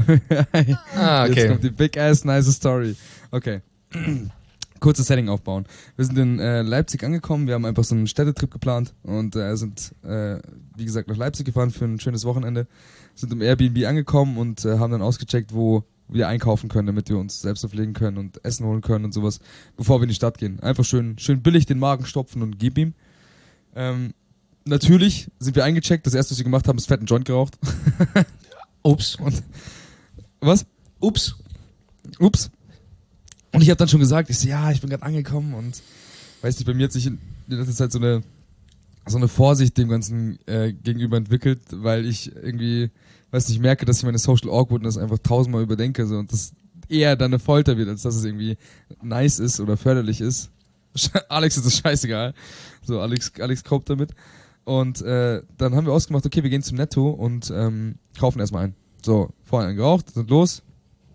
Ah, okay. Jetzt kommt die big ass nice Story. Okay. Kurzes Setting aufbauen. Wir sind in äh, Leipzig angekommen, wir haben einfach so einen Städtetrip geplant und äh, sind, äh, wie gesagt, nach Leipzig gefahren für ein schönes Wochenende. Sind im Airbnb angekommen und äh, haben dann ausgecheckt, wo wir einkaufen können, damit wir uns selbst verpflegen können und Essen holen können und sowas, bevor wir in die Stadt gehen. Einfach schön, schön billig den Magen stopfen und gib ihm. Ähm, natürlich sind wir eingecheckt. Das erste, was wir gemacht haben, ist fetten Joint geraucht. Ups. Und was? Ups. Ups. Und ich habe dann schon gesagt, ich so, ja, ich bin gerade angekommen und weiß nicht, bei mir hat sich in letzter Zeit so eine so eine Vorsicht dem Ganzen äh, gegenüber entwickelt, weil ich irgendwie, weiß nicht, merke, dass ich meine Social Awkwardness einfach tausendmal überdenke so, und das eher dann eine Folter wird, als dass es irgendwie nice ist oder förderlich ist. Alex ist das scheißegal. So, Alex, Alex kauft damit. Und äh, dann haben wir ausgemacht, okay, wir gehen zum Netto und ähm, kaufen erstmal ein. So, vorher einen geraucht, sind los.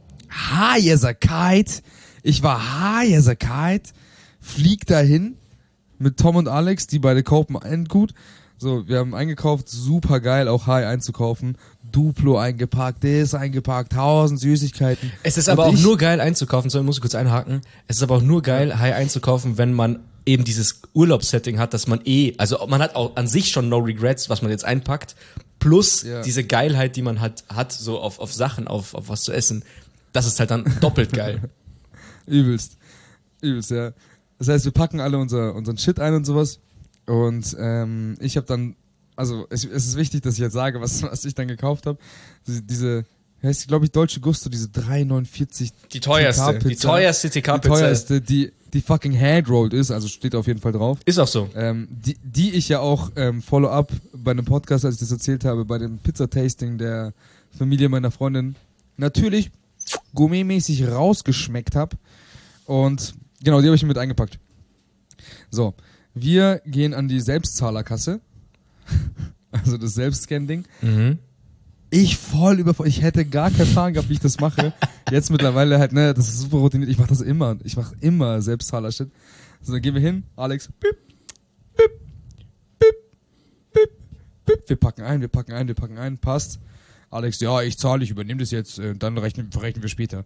Hajeserkeit. Ich war Hajeserkeit. Flieg dahin mit Tom und Alex, die beide kaufen ein gut. So, wir haben eingekauft, super geil, auch Hai einzukaufen. Duplo eingepackt, das eingepackt, tausend Süßigkeiten. Es ist und aber auch ich, nur geil einzukaufen, so muss ich kurz einhaken. Es ist aber auch nur geil, Hai einzukaufen, wenn man eben dieses Urlaubssetting hat, dass man eh, also man hat auch an sich schon no regrets, was man jetzt einpackt, plus ja. diese Geilheit, die man hat, hat so auf, auf Sachen, auf, auf was zu essen. Das ist halt dann doppelt geil. Übelst. Übelst, ja. Das heißt, wir packen alle unser, unseren Shit ein und sowas. Und ähm, ich habe dann, also es, es ist wichtig, dass ich jetzt sage, was, was ich dann gekauft habe. Diese, diese heißt, glaube ich, Deutsche Gusto, diese drei neunundvierzig Die teuerste, die teuerste T K-Pizza. Die teuerste, die, die fucking handrolled ist, also steht auf jeden Fall drauf. Ist auch so. Ähm, die, die ich ja auch ähm, Follow-up bei einem Podcast, als ich das erzählt habe, bei dem Pizza-Tasting der Familie meiner Freundin, natürlich gourmetmäßig rausgeschmeckt habe. Und genau, die habe ich mir mit eingepackt. So, wir gehen an die Selbstzahlerkasse. Also das Selbstscan-Ding. Mhm. Ich voll über, ich hätte gar keinen Plan gehabt, wie ich das mache. Jetzt mittlerweile halt, ne, das ist super routiniert. Ich mache das immer. Ich mache immer Selbstzahler-Shit. So, dann gehen wir hin. Alex, bip, bip, bip, bip, bip. Wir packen ein, wir packen ein, wir packen ein. Passt. Alex, ja, ich zahle, ich übernehme das jetzt. Äh, dann rechnen, verrechnen wir später.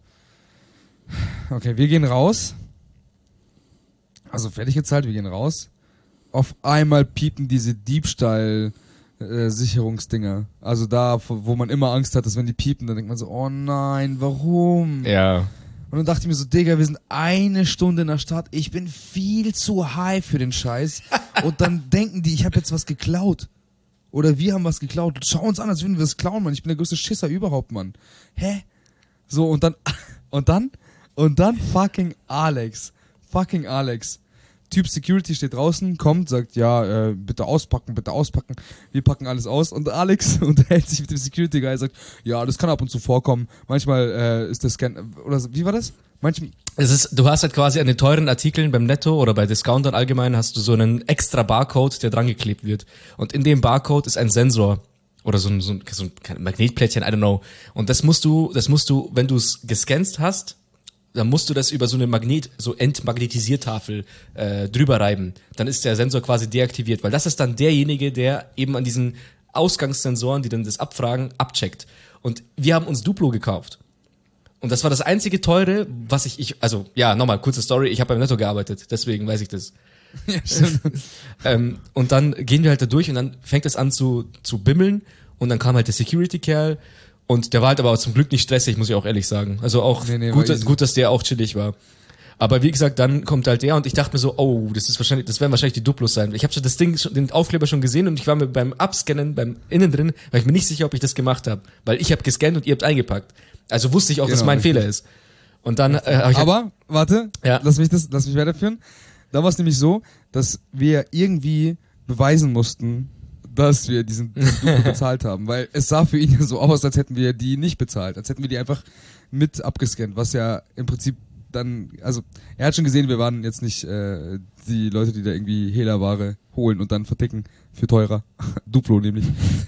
Okay, wir gehen raus. Also fertig gezahlt, wir gehen raus. Auf einmal piepen diese Diebstahl äh, Sicherungsdinger. Also da, wo man immer Angst hat, dass wenn die piepen, dann denkt man so, oh nein, warum? Ja. Und dann dachte ich mir so, Digga, wir sind eine Stunde in der Stadt, ich bin viel zu high für den Scheiß. Und dann denken die, ich habe jetzt was geklaut. Oder wir haben was geklaut. Schau uns an, als würden wir es klauen, Mann. Ich bin der größte Schisser überhaupt, Mann. Hä? So, und dann, und dann, und dann fucking Alex. Fucking Alex. Typ Security steht draußen, kommt, sagt, ja, äh, bitte auspacken, bitte auspacken. Wir packen alles aus und Alex unterhält sich mit dem Security Guy, sagt, ja, das kann ab und zu vorkommen. Manchmal äh, ist der Scan, oder wie war das? Manchmal. Es ist, du hast halt quasi an den teuren Artikeln beim Netto oder bei Discountern allgemein hast du so einen extra Barcode, der dran geklebt wird. Und in dem Barcode ist ein Sensor oder so ein, so ein, so ein Magnetplättchen, I don't know. Und das musst du, das musst du, wenn du es gescannt hast, dann musst du das über so eine Magnet, so Entmagnetisiertafel äh, drüber reiben. Dann ist der Sensor quasi deaktiviert, weil das ist dann derjenige, der eben an diesen Ausgangssensoren, die dann das abfragen, abcheckt. Und wir haben uns Duplo gekauft. Und das war das einzige teure, was ich, ich also ja, nochmal, kurze Story, ich habe beim Netto gearbeitet, deswegen weiß ich das. Ja, stimmt. ähm, und dann gehen wir halt da durch und dann fängt es an zu, zu bimmeln und dann kam halt der Security-Kerl. Und der war halt aber zum Glück nicht stressig, muss ich auch ehrlich sagen. Also auch nee, nee, gut, dass, gut, dass der auch chillig war. Aber wie gesagt, dann kommt halt der und ich dachte mir so, oh, das ist wahrscheinlich, das werden wahrscheinlich die Duplos sein. Ich habe schon das Ding, den Aufkleber schon gesehen und ich war mir beim Abscannen, beim Innen drin, war ich mir nicht sicher, ob ich das gemacht habe, weil ich habe gescannt und ihr habt eingepackt. Also wusste ich auch, genau, dass mein richtig. Fehler ist. Und dann. Äh, hab ich aber warte, ja. lass mich das, lass mich weiterführen. Da war es nämlich so, dass wir irgendwie beweisen mussten, dass wir diesen Duplo bezahlt haben, weil es sah für ihn ja so aus, als hätten wir die nicht bezahlt, als hätten wir die einfach mit abgescannt, was ja im Prinzip dann, also er hat schon gesehen, wir waren jetzt nicht äh, die Leute, die da irgendwie Hehlerware holen und dann verticken für teurer. Duplo nämlich.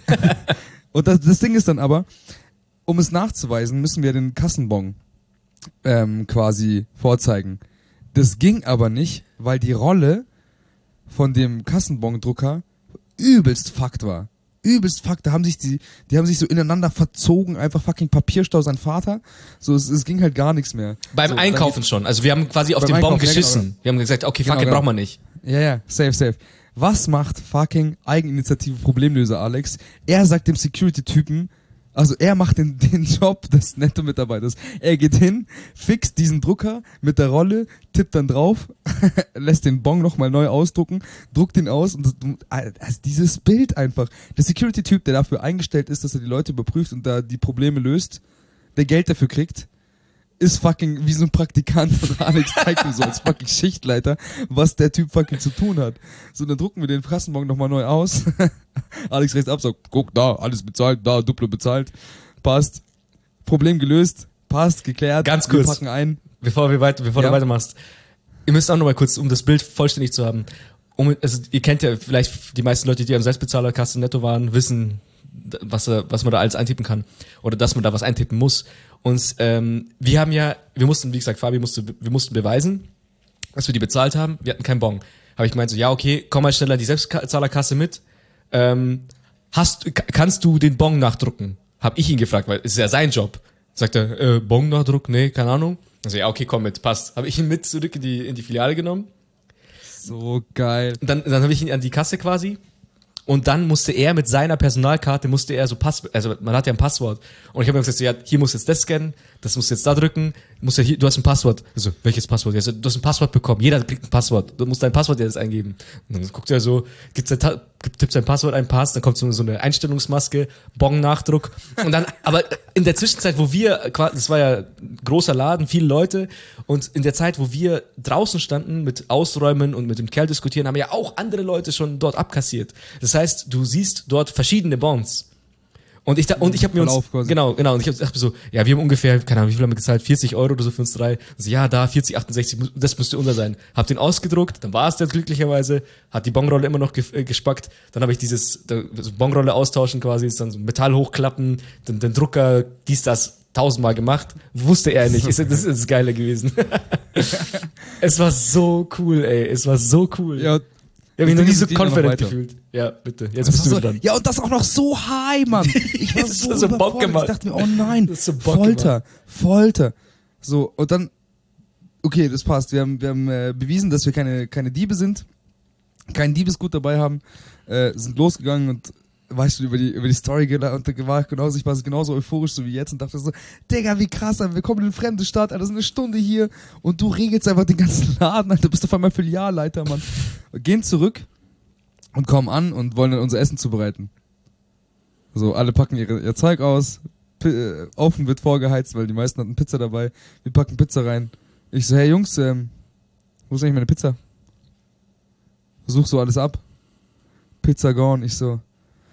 Und das, das Ding ist dann aber, um es nachzuweisen, müssen wir den Kassenbon ähm, quasi vorzeigen. Das ging aber nicht, weil die Rolle von dem Kassenbon-Drucker übelst fucked war. Übelst fucked. Da haben sich die, die haben sich so ineinander verzogen, einfach fucking Papierstau sein Vater. So, es, es ging halt gar nichts mehr. Beim so, Einkaufen schon. Also wir haben quasi auf den Einkaufen, Bon geschissen. Ja, genau. Wir haben gesagt, okay, fuck, Genau, den genau. braucht man nicht. Ja, ja, safe, safe. Was macht fucking Eigeninitiative Problemlöser Alex? Er sagt dem Security-Typen, also er macht den, den Job des Netto-Mitarbeiters. Er geht hin, fixt diesen Drucker mit der Rolle, tippt dann drauf, lässt den Bon nochmal neu ausdrucken, druckt ihn aus und das, also dieses Bild einfach. Der Security-Typ, der dafür eingestellt ist, dass er die Leute überprüft und da die Probleme löst, der Geld dafür kriegt, ist fucking wie so ein Praktikant und Alex zeigt mir so als fucking Schichtleiter, was der Typ fucking zu tun hat. So, dann drucken wir den Kassenbon nochmal neu aus. Alex rechts ab, sagt, guck, da, alles bezahlt, da, Duplo bezahlt, passt. Problem gelöst, passt, geklärt. Ganz wir kurz. packen ein. Bevor, wir weit, bevor Ja. du weitermachst. Ihr müsst auch noch mal kurz, um das Bild vollständig zu haben. Um, also ihr kennt ja vielleicht die meisten Leute, die am Selbstbezahlerkasse netto waren, wissen, was, äh, was man da alles eintippen kann. Oder dass man da was eintippen muss. Und ähm, wir haben ja, wir mussten, wie gesagt, Fabi musste, wir mussten beweisen, dass wir die bezahlt haben. Wir hatten keinen Bon. Habe ich gemeint so, ja, okay, komm mal schneller in die Selbstbezahlerkasse mit. Ähm, hast, k- kannst du den Bon nachdrucken? Hab ich ihn gefragt, weil es ist ja sein Job. Sagt er, äh, Bon nachdruck? Nee, keine Ahnung. Also ja, okay, komm mit, passt. Habe ich ihn mit zurück in die, in die Filiale genommen. So geil. Und dann, dann habe ich ihn an die Kasse quasi. Und dann musste er mit seiner Personalkarte, musste er so Pass, also man hat ja ein Passwort. Und ich habe mir gesagt, so, ja, hier musst du jetzt das scannen, das musst du jetzt da drücken, musst ja hier, du hast ein Passwort. Also, welches Passwort? Also, du hast ein Passwort bekommen, jeder kriegt ein Passwort. Du musst dein Passwort jetzt eingeben. Und dann guckt er so, gibt sein, Ta- tippt sein Passwort ein, Pass, dann kommt so, so eine Einstellungsmaske, Bon-Nachdruck. Und dann, aber in der Zwischenzeit, wo wir, quasi, das war ja ein großer Laden, viele Leute, und in der Zeit, wo wir draußen standen mit Ausräumen und mit dem Kerl diskutieren, haben ja auch andere Leute schon dort abkassiert. Das heißt, du siehst dort verschiedene Bons. Und ich da, und ich habe mir uns, Verlauf quasi. genau, genau, und ich hab, dachte mir so, ja, wir haben ungefähr, keine Ahnung, wie viel haben wir gezahlt, vierzig Euro oder so für uns drei. Also, ja, da, vierzig, achtundsechzig, das müsste unser sein. Hab den ausgedruckt, dann war es das glücklicherweise, hat die Bonrolle immer noch ge äh, gespackt, dann habe ich dieses, da, so Bonrolle austauschen quasi, ist dann so Metall hochklappen, den, den Drucker, dies, das, tausendmal gemacht, wusste er nicht, ist, das ist das Geile gewesen. Es war so cool, ey, es war so cool. Ja, ich habe mich noch nie so geht ja noch confident weiter. gefühlt. Ja, bitte, jetzt Das bist du war wieder so, dran. ja, und das auch noch so high, Mann. Ich war Das so, hat so Bock überfordert. gemacht. Ich dachte mir, oh nein, Das hat so Bock Folter, Folter. So, und dann, okay, das passt. Wir haben, wir haben äh, bewiesen, dass wir keine, keine Diebe sind, kein Diebesgut dabei haben, äh, sind losgegangen und weißt du, über die, über die Story gela- und da war ich genauso, ich war genauso euphorisch so wie jetzt und dachte so, Digga, wie krass, Alter, wir kommen in eine fremde Stadt, Alter, das ist eine Stunde hier und du regelst einfach den ganzen Laden, Alter, du bist auf einmal Filialleiter, Mann. Gehen zurück und kommen an und wollen dann unser Essen zubereiten. So, alle packen ihre, ihr Zeug aus, P- äh, Ofen wird vorgeheizt, weil die meisten hatten Pizza dabei, wir packen Pizza rein. Ich so, hey Jungs, ähm, wo ist eigentlich meine Pizza? Such so alles ab. Pizza gone, ich so,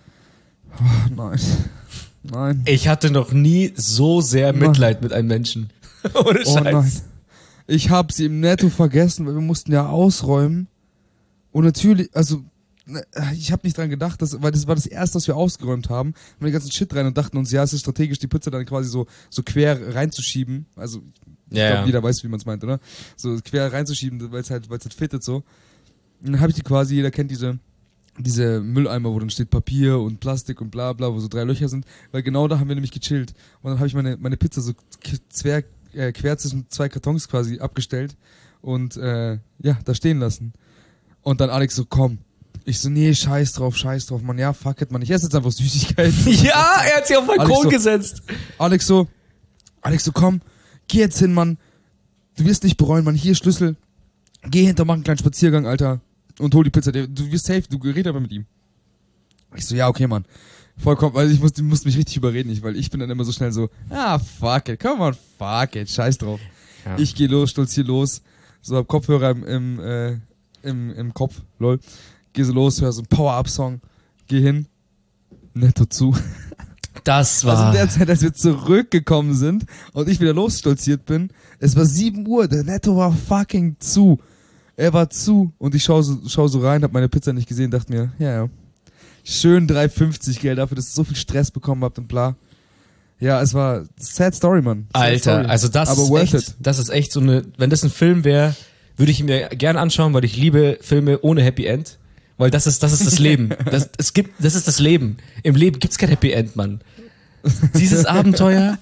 oh, nein, nein. Ich hatte noch nie so sehr Mann. Mitleid mit einem Menschen. Ohne Oh Scheiß. nein. Ich hab sie im Netto vergessen, weil wir mussten ja ausräumen. Und natürlich, also, ne, ich habe nicht dran gedacht, dass, weil das war das erste, was wir ausgeräumt haben. Wir haben den ganzen Shit rein und dachten uns, ja, es ist strategisch, die Pizza dann quasi so, so quer reinzuschieben. Also, ich Ja, glaube, ja. jeder weiß, wie man es meint, oder? So quer reinzuschieben, weil es halt, weil es halt fittet so. Und dann habe ich die quasi, jeder kennt diese, diese Mülleimer, wo dann steht Papier und Plastik und bla bla, wo so drei Löcher sind, weil genau da haben wir nämlich gechillt. Und dann habe ich meine, meine Pizza so quer, äh, quer zwischen zwei Kartons quasi abgestellt und äh, ja, da stehen lassen. Und dann Alex so, komm. Ich so, nee, scheiß drauf, scheiß drauf, Mann. Ja, fuck it, Mann. Ich esse jetzt einfach Süßigkeiten. Ja, er hat sich auf den Balkon Alex so- gesetzt. Alex so, Alex so, komm, geh jetzt hin, Mann. Du wirst nicht bereuen, Mann. Hier Schlüssel. Geh hinter, mach einen kleinen Spaziergang, Alter. Und hol die Pizza. Du wirst safe, du red aber mit ihm. Ich so, ja, okay, Mann. Vollkommen, weil ich musste, musste mich richtig überreden, ich, weil ich bin dann immer so schnell so, ah, fuck it, come on, fuck it, scheiß drauf. Ja. Ich geh los, stolzier los, so hab Kopfhörer im, im, äh, im, im Kopf, lol. Geh so los, hör so einen Power-Up-Song, geh hin, netto zu. Das war... Also in der Zeit, als wir zurückgekommen sind und ich wieder losstolziert bin, es war sieben Uhr, der Netto war fucking zu. Er war zu und ich schau so, schau so rein, hab meine Pizza nicht gesehen, dachte mir, ja, ja, schön drei fünfzig, Geld dafür, dass ich so viel Stress bekommen habt und bla. Ja, es war sad story, Mann. Sad Alter, story. also das Aber ist worth echt, it. das ist echt so eine, wenn das ein Film wäre, würde ich ihn mir gern anschauen, weil ich liebe Filme ohne Happy End, weil das ist, das ist das Leben. Das, es gibt, das ist das Leben. Im Leben gibt's kein Happy End, Mann. Dieses Abenteuer,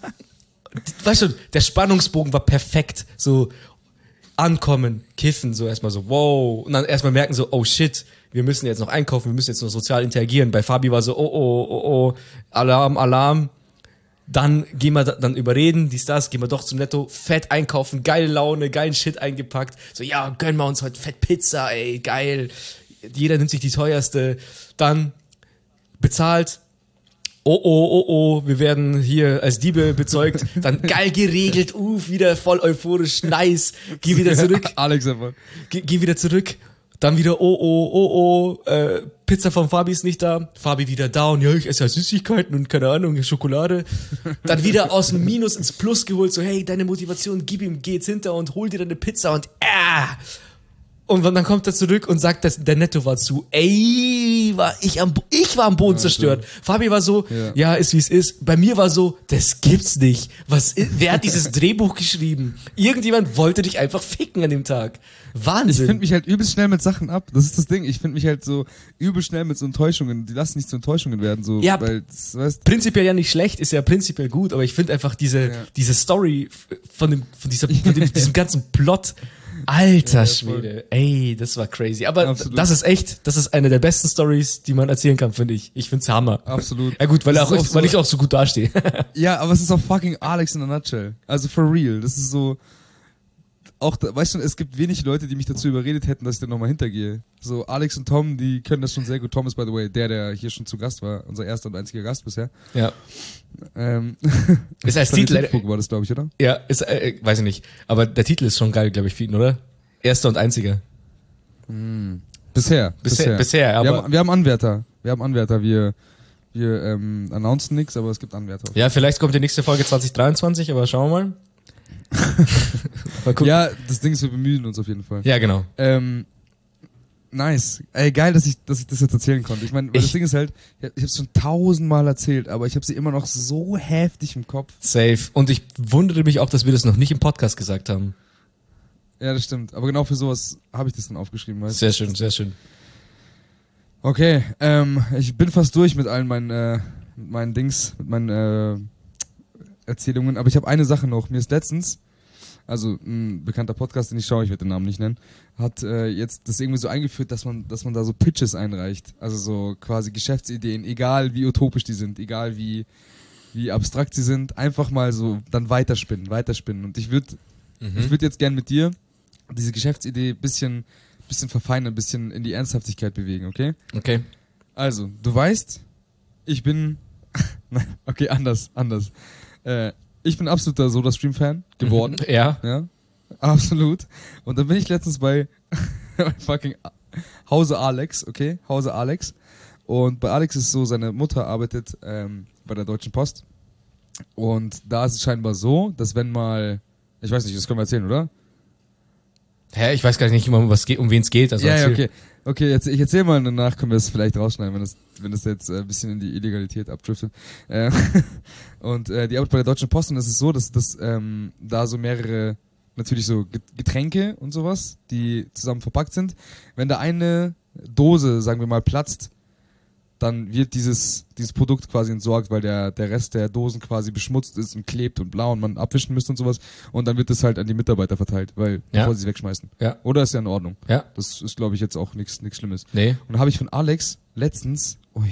weißt du, der Spannungsbogen war perfekt, so ankommen, kiffen, so erstmal so, wow, und dann erstmal merken so, oh shit, wir müssen jetzt noch einkaufen, wir müssen jetzt noch sozial interagieren. Bei Fabi war so, oh, oh, oh, oh, Alarm, Alarm. Dann gehen wir da, dann überreden, dies, das, gehen wir doch zum Netto, fett einkaufen, geile Laune, geilen Shit eingepackt. So, ja, gönnen wir uns heute fett Pizza, ey, geil. Jeder nimmt sich die teuerste. Dann bezahlt. Oh, oh, oh, oh, wir werden hier als Diebe bezeugt. Dann geil geregelt, uff, wieder voll euphorisch, nice. Geh wieder zurück. Alex einfach. Geh, geh wieder zurück. Dann wieder, oh, oh, oh, oh, äh, Pizza von Fabi ist nicht da. Fabi wieder down, ja, ich esse ja Süßigkeiten und keine Ahnung, Schokolade. Dann wieder aus dem Minus ins Plus geholt, so, hey, deine Motivation, gib ihm, geh jetzt hinter und hol dir deine Pizza und, äh. Und dann kommt er zurück und sagt, dass der Netto war zu. Ey, war ich am, ich war am Boden ja, zerstört. Ja. Fabi war so, ja. ja, ist wie es ist. Bei mir war so, das gibt's nicht. Was, wer hat dieses Drehbuch geschrieben? Irgendjemand wollte dich einfach ficken an dem Tag. Wahnsinn. Ich finde mich halt übelst schnell mit Sachen ab. Das ist das Ding. Ich finde mich halt so übel schnell mit so Enttäuschungen. Die lassen nicht zu Enttäuschungen werden, so. Ja, weil, das, weißt, prinzipiell ja nicht schlecht, ist ja prinzipiell gut, aber ich finde einfach diese, ja. diese Story von dem, von dieser, von dem, diesem ganzen Plot, alter ja, Schwede, ey, das war crazy. Aber Absolut. das ist echt, das ist eine der besten Stories, die man erzählen kann, finde ich. Ich find's Hammer. Absolut. Ja gut, weil, auch, auch so, weil ich auch so gut dastehe. Ja, aber es ist auch fucking Alex in a nutshell. Also for real. Das ist so, auch, da, weißt du, es gibt wenig Leute, die mich dazu überredet hätten, dass ich da nochmal hintergehe. So, Alex und Tom, die können das schon sehr gut. Tom ist, by the way, der, der hier schon zu Gast war. Unser erster und einziger Gast bisher. Ja. Ähm, ist als Titel. war das, glaube ich, oder? Ja, ist, äh, weiß ich nicht. Aber der Titel ist schon geil, glaube ich, für ihn, oder? Erster und einziger. Hm. Bisher. Bisher, bisher, aber. Wir haben, wir haben Anwärter. Wir haben Anwärter. Wir, wir, ähm, announcen nichts, aber es gibt Anwärter. Ja, vielleicht kommt die nächste Folge zwanzig dreiundzwanzig, aber schauen wir mal. Mal ja, das Ding ist, wir bemühen uns auf jeden Fall. Ja, genau. Ähm, nice. Ey, geil, dass ich, dass ich das jetzt erzählen konnte. Ich meine, das Ding ist halt, ich habe es schon tausendmal erzählt, aber ich habe sie immer noch so heftig im Kopf. Safe. Und ich wundere mich auch, dass wir das noch nicht im Podcast gesagt haben. Ja, das stimmt. Aber genau für sowas habe ich das dann aufgeschrieben. Weißt? Sehr schön, sehr schön. Okay, ähm, ich bin fast durch mit allen meinen, äh, mit meinen Dings, mit meinen äh, Erzählungen. Aber ich habe eine Sache noch. Mir ist letztens, also ein bekannter Podcast, den ich schaue, ich werde den Namen nicht nennen, hat äh, jetzt das irgendwie so eingeführt, dass man, dass man da so Pitches einreicht. Also so quasi Geschäftsideen, egal wie utopisch die sind, egal wie, wie abstrakt sie sind, einfach mal so dann weiterspinnen, weiterspinnen. Und ich würde, mhm. ich würde jetzt gern mit dir diese Geschäftsidee bisschen, bisschen verfeinern, ein bisschen in die Ernsthaftigkeit bewegen, okay? Okay. Also, du weißt, ich bin, okay, anders, anders. Äh, ich bin absoluter Soda-Stream-Fan geworden. Ja. Ja. Absolut. Und dann bin ich letztens bei fucking Hause Alex, okay? Hause Alex. Und bei Alex ist so, seine Mutter arbeitet ähm, bei der Deutschen Post. Und da ist es scheinbar so, dass wenn mal, ich weiß nicht, das können wir erzählen, oder? Hä, ich weiß gar nicht immer, um, was geht, um wen es geht. Also ja, ja, okay. Okay, jetzt, ich erzähl mal und danach können wir es vielleicht rausschneiden, wenn das, wenn das jetzt äh, ein bisschen in die Illegalität abdriftet. Äh, und äh, die Arbeit bei der Deutschen Post, und es ist so, dass, dass ähm, da so mehrere, natürlich so Getränke und sowas, die zusammen verpackt sind. Wenn da eine Dose, sagen wir mal, platzt, dann wird dieses, dieses Produkt quasi entsorgt, weil der, der Rest der Dosen quasi beschmutzt ist und klebt und blau und man abwischen müsste und sowas. Und dann wird es halt an die Mitarbeiter verteilt, weil, ja. bevor sie es wegschmeißen. Ja. Oder ist ja in Ordnung. Ja. Das ist, glaube ich, jetzt auch nichts nichts Schlimmes. Nee. Und da habe ich von Alex letztens, ui,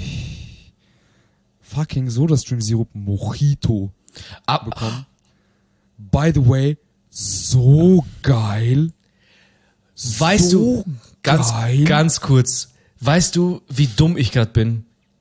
fucking Soda-Stream-Sirup Mojito ah. bekommen. By the way, so geil. Weißt so du, ganz, geil. ganz kurz, weißt du, wie dumm ich gerade bin?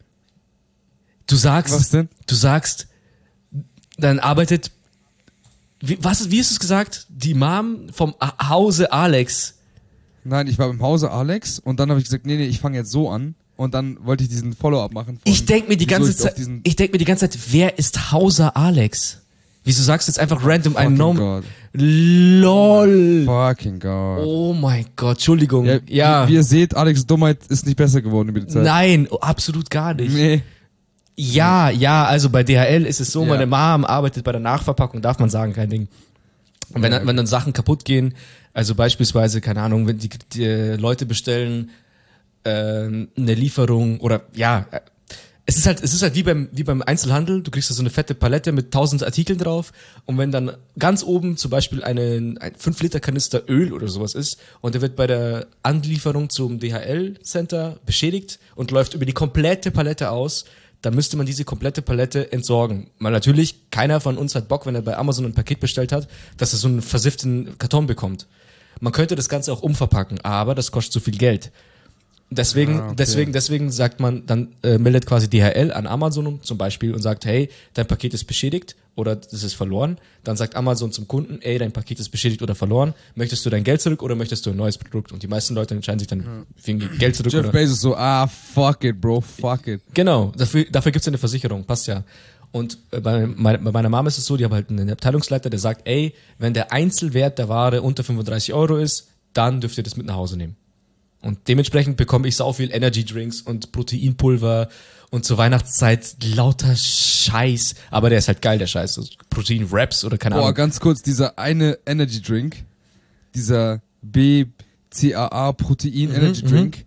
Du sagst, was denn? Du sagst, dann arbeitet, wie, was, wie hast du es gesagt? Die Mom vom A- Hause Alex. Nein, ich war im Hause Alex und dann habe ich gesagt, nee, nee, ich fange jetzt so an. Und dann wollte ich diesen Follow-up machen. Von, Ich denk mir die ganze wieso ich auf Zeit, diesen- ich denk mir die ganze Zeit, wer ist Hauser Alex? Wieso sagst du jetzt einfach random einen Fucking Namen? God. LOL. Fucking God. Oh mein Gott, Entschuldigung. Ja, Ja. Wie, wie ihr seht, Alex Dummheit ist nicht besser geworden über die Zeit. Nein, oh, absolut gar nicht. Nee. Ja, ja, also bei D H L ist es so, Ja. meine Mom arbeitet bei der Nachverpackung, darf man sagen, kein Ding. Und wenn, Ja. dann, wenn dann Sachen kaputt gehen, also beispielsweise, keine Ahnung, wenn die, die äh, Leute bestellen äh, eine Lieferung oder ja, äh, es ist halt, es ist halt wie beim, wie beim Einzelhandel, du kriegst da so eine fette Palette mit tausend Artikeln drauf und wenn dann ganz oben zum Beispiel eine, ein fünf Liter Kanister Öl oder sowas ist und der wird bei der Anlieferung zum D H L-Center beschädigt und läuft über die komplette Palette aus, dann müsste man diese komplette Palette entsorgen. Weil natürlich, keiner von uns hat Bock, wenn er bei Amazon ein Paket bestellt hat, dass er so einen versifften Karton bekommt. Man könnte das Ganze auch umverpacken, aber das kostet zu viel Geld. Deswegen, Ah, okay. deswegen, deswegen sagt man, dann äh, meldet quasi D H L an Amazon zum Beispiel und sagt, hey, dein Paket ist beschädigt oder das ist verloren. Dann sagt Amazon zum Kunden, ey, dein Paket ist beschädigt oder verloren. Möchtest du dein Geld zurück oder möchtest du ein neues Produkt? Und die meisten Leute entscheiden sich dann wegen Geld zurück Jeff oder. Bezos so, ah, fuck it, bro, fuck it. Genau, dafür, dafür gibt's eine Versicherung, passt ja. Und äh, bei, mein- bei meiner Mama ist es so, die haben halt einen Abteilungsleiter, der sagt, ey, wenn der Einzelwert der Ware unter fünfunddreißig Euro ist, dann dürft ihr das mit nach Hause nehmen. Und dementsprechend bekomme ich sau viel Energy Drinks und Proteinpulver und zur Weihnachtszeit lauter Scheiß. Aber der ist halt geil, der Scheiß. So Protein Wraps oder keine Boah, Ahnung. ganz kurz, dieser eine Energy Drink, dieser B C A A Protein Energy mhm. Drink,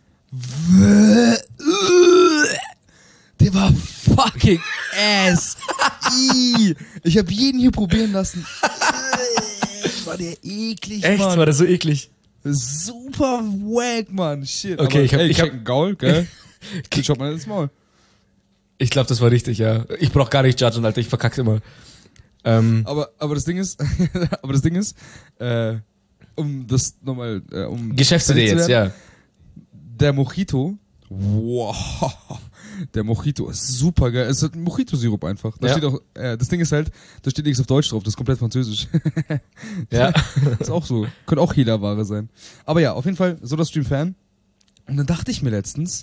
der war fucking ass. Ih, ich habe jeden hier probieren lassen. War der eklig, Echt? Mann. War das so eklig? Super wack, Mann. Shit. Okay, aber, ich hab- ey, ich hab- krieg einen Gaul, gell? Ich schaut mal ins Maul. Ich glaube, das war richtig, ja. Ich brauch gar nicht judgen, Alter. Ich verkack's immer. Ähm, Aber, aber das Ding ist, aber das Ding ist, äh, um das nochmal, äh, um Geschäftsidee fertig zu jetzt, werden, ja. Der Mojito, wow, der Mojito ist super geil. Es ist halt ein Mojito-Sirup einfach. Da Ja. steht auch, äh, das Ding ist halt, da steht nichts auf Deutsch drauf, das ist komplett französisch. Ja. Ist auch so. Könnte auch Hehlerware sein. Aber ja, auf jeden Fall, so das Stream-Fan. Und dann dachte ich mir letztens,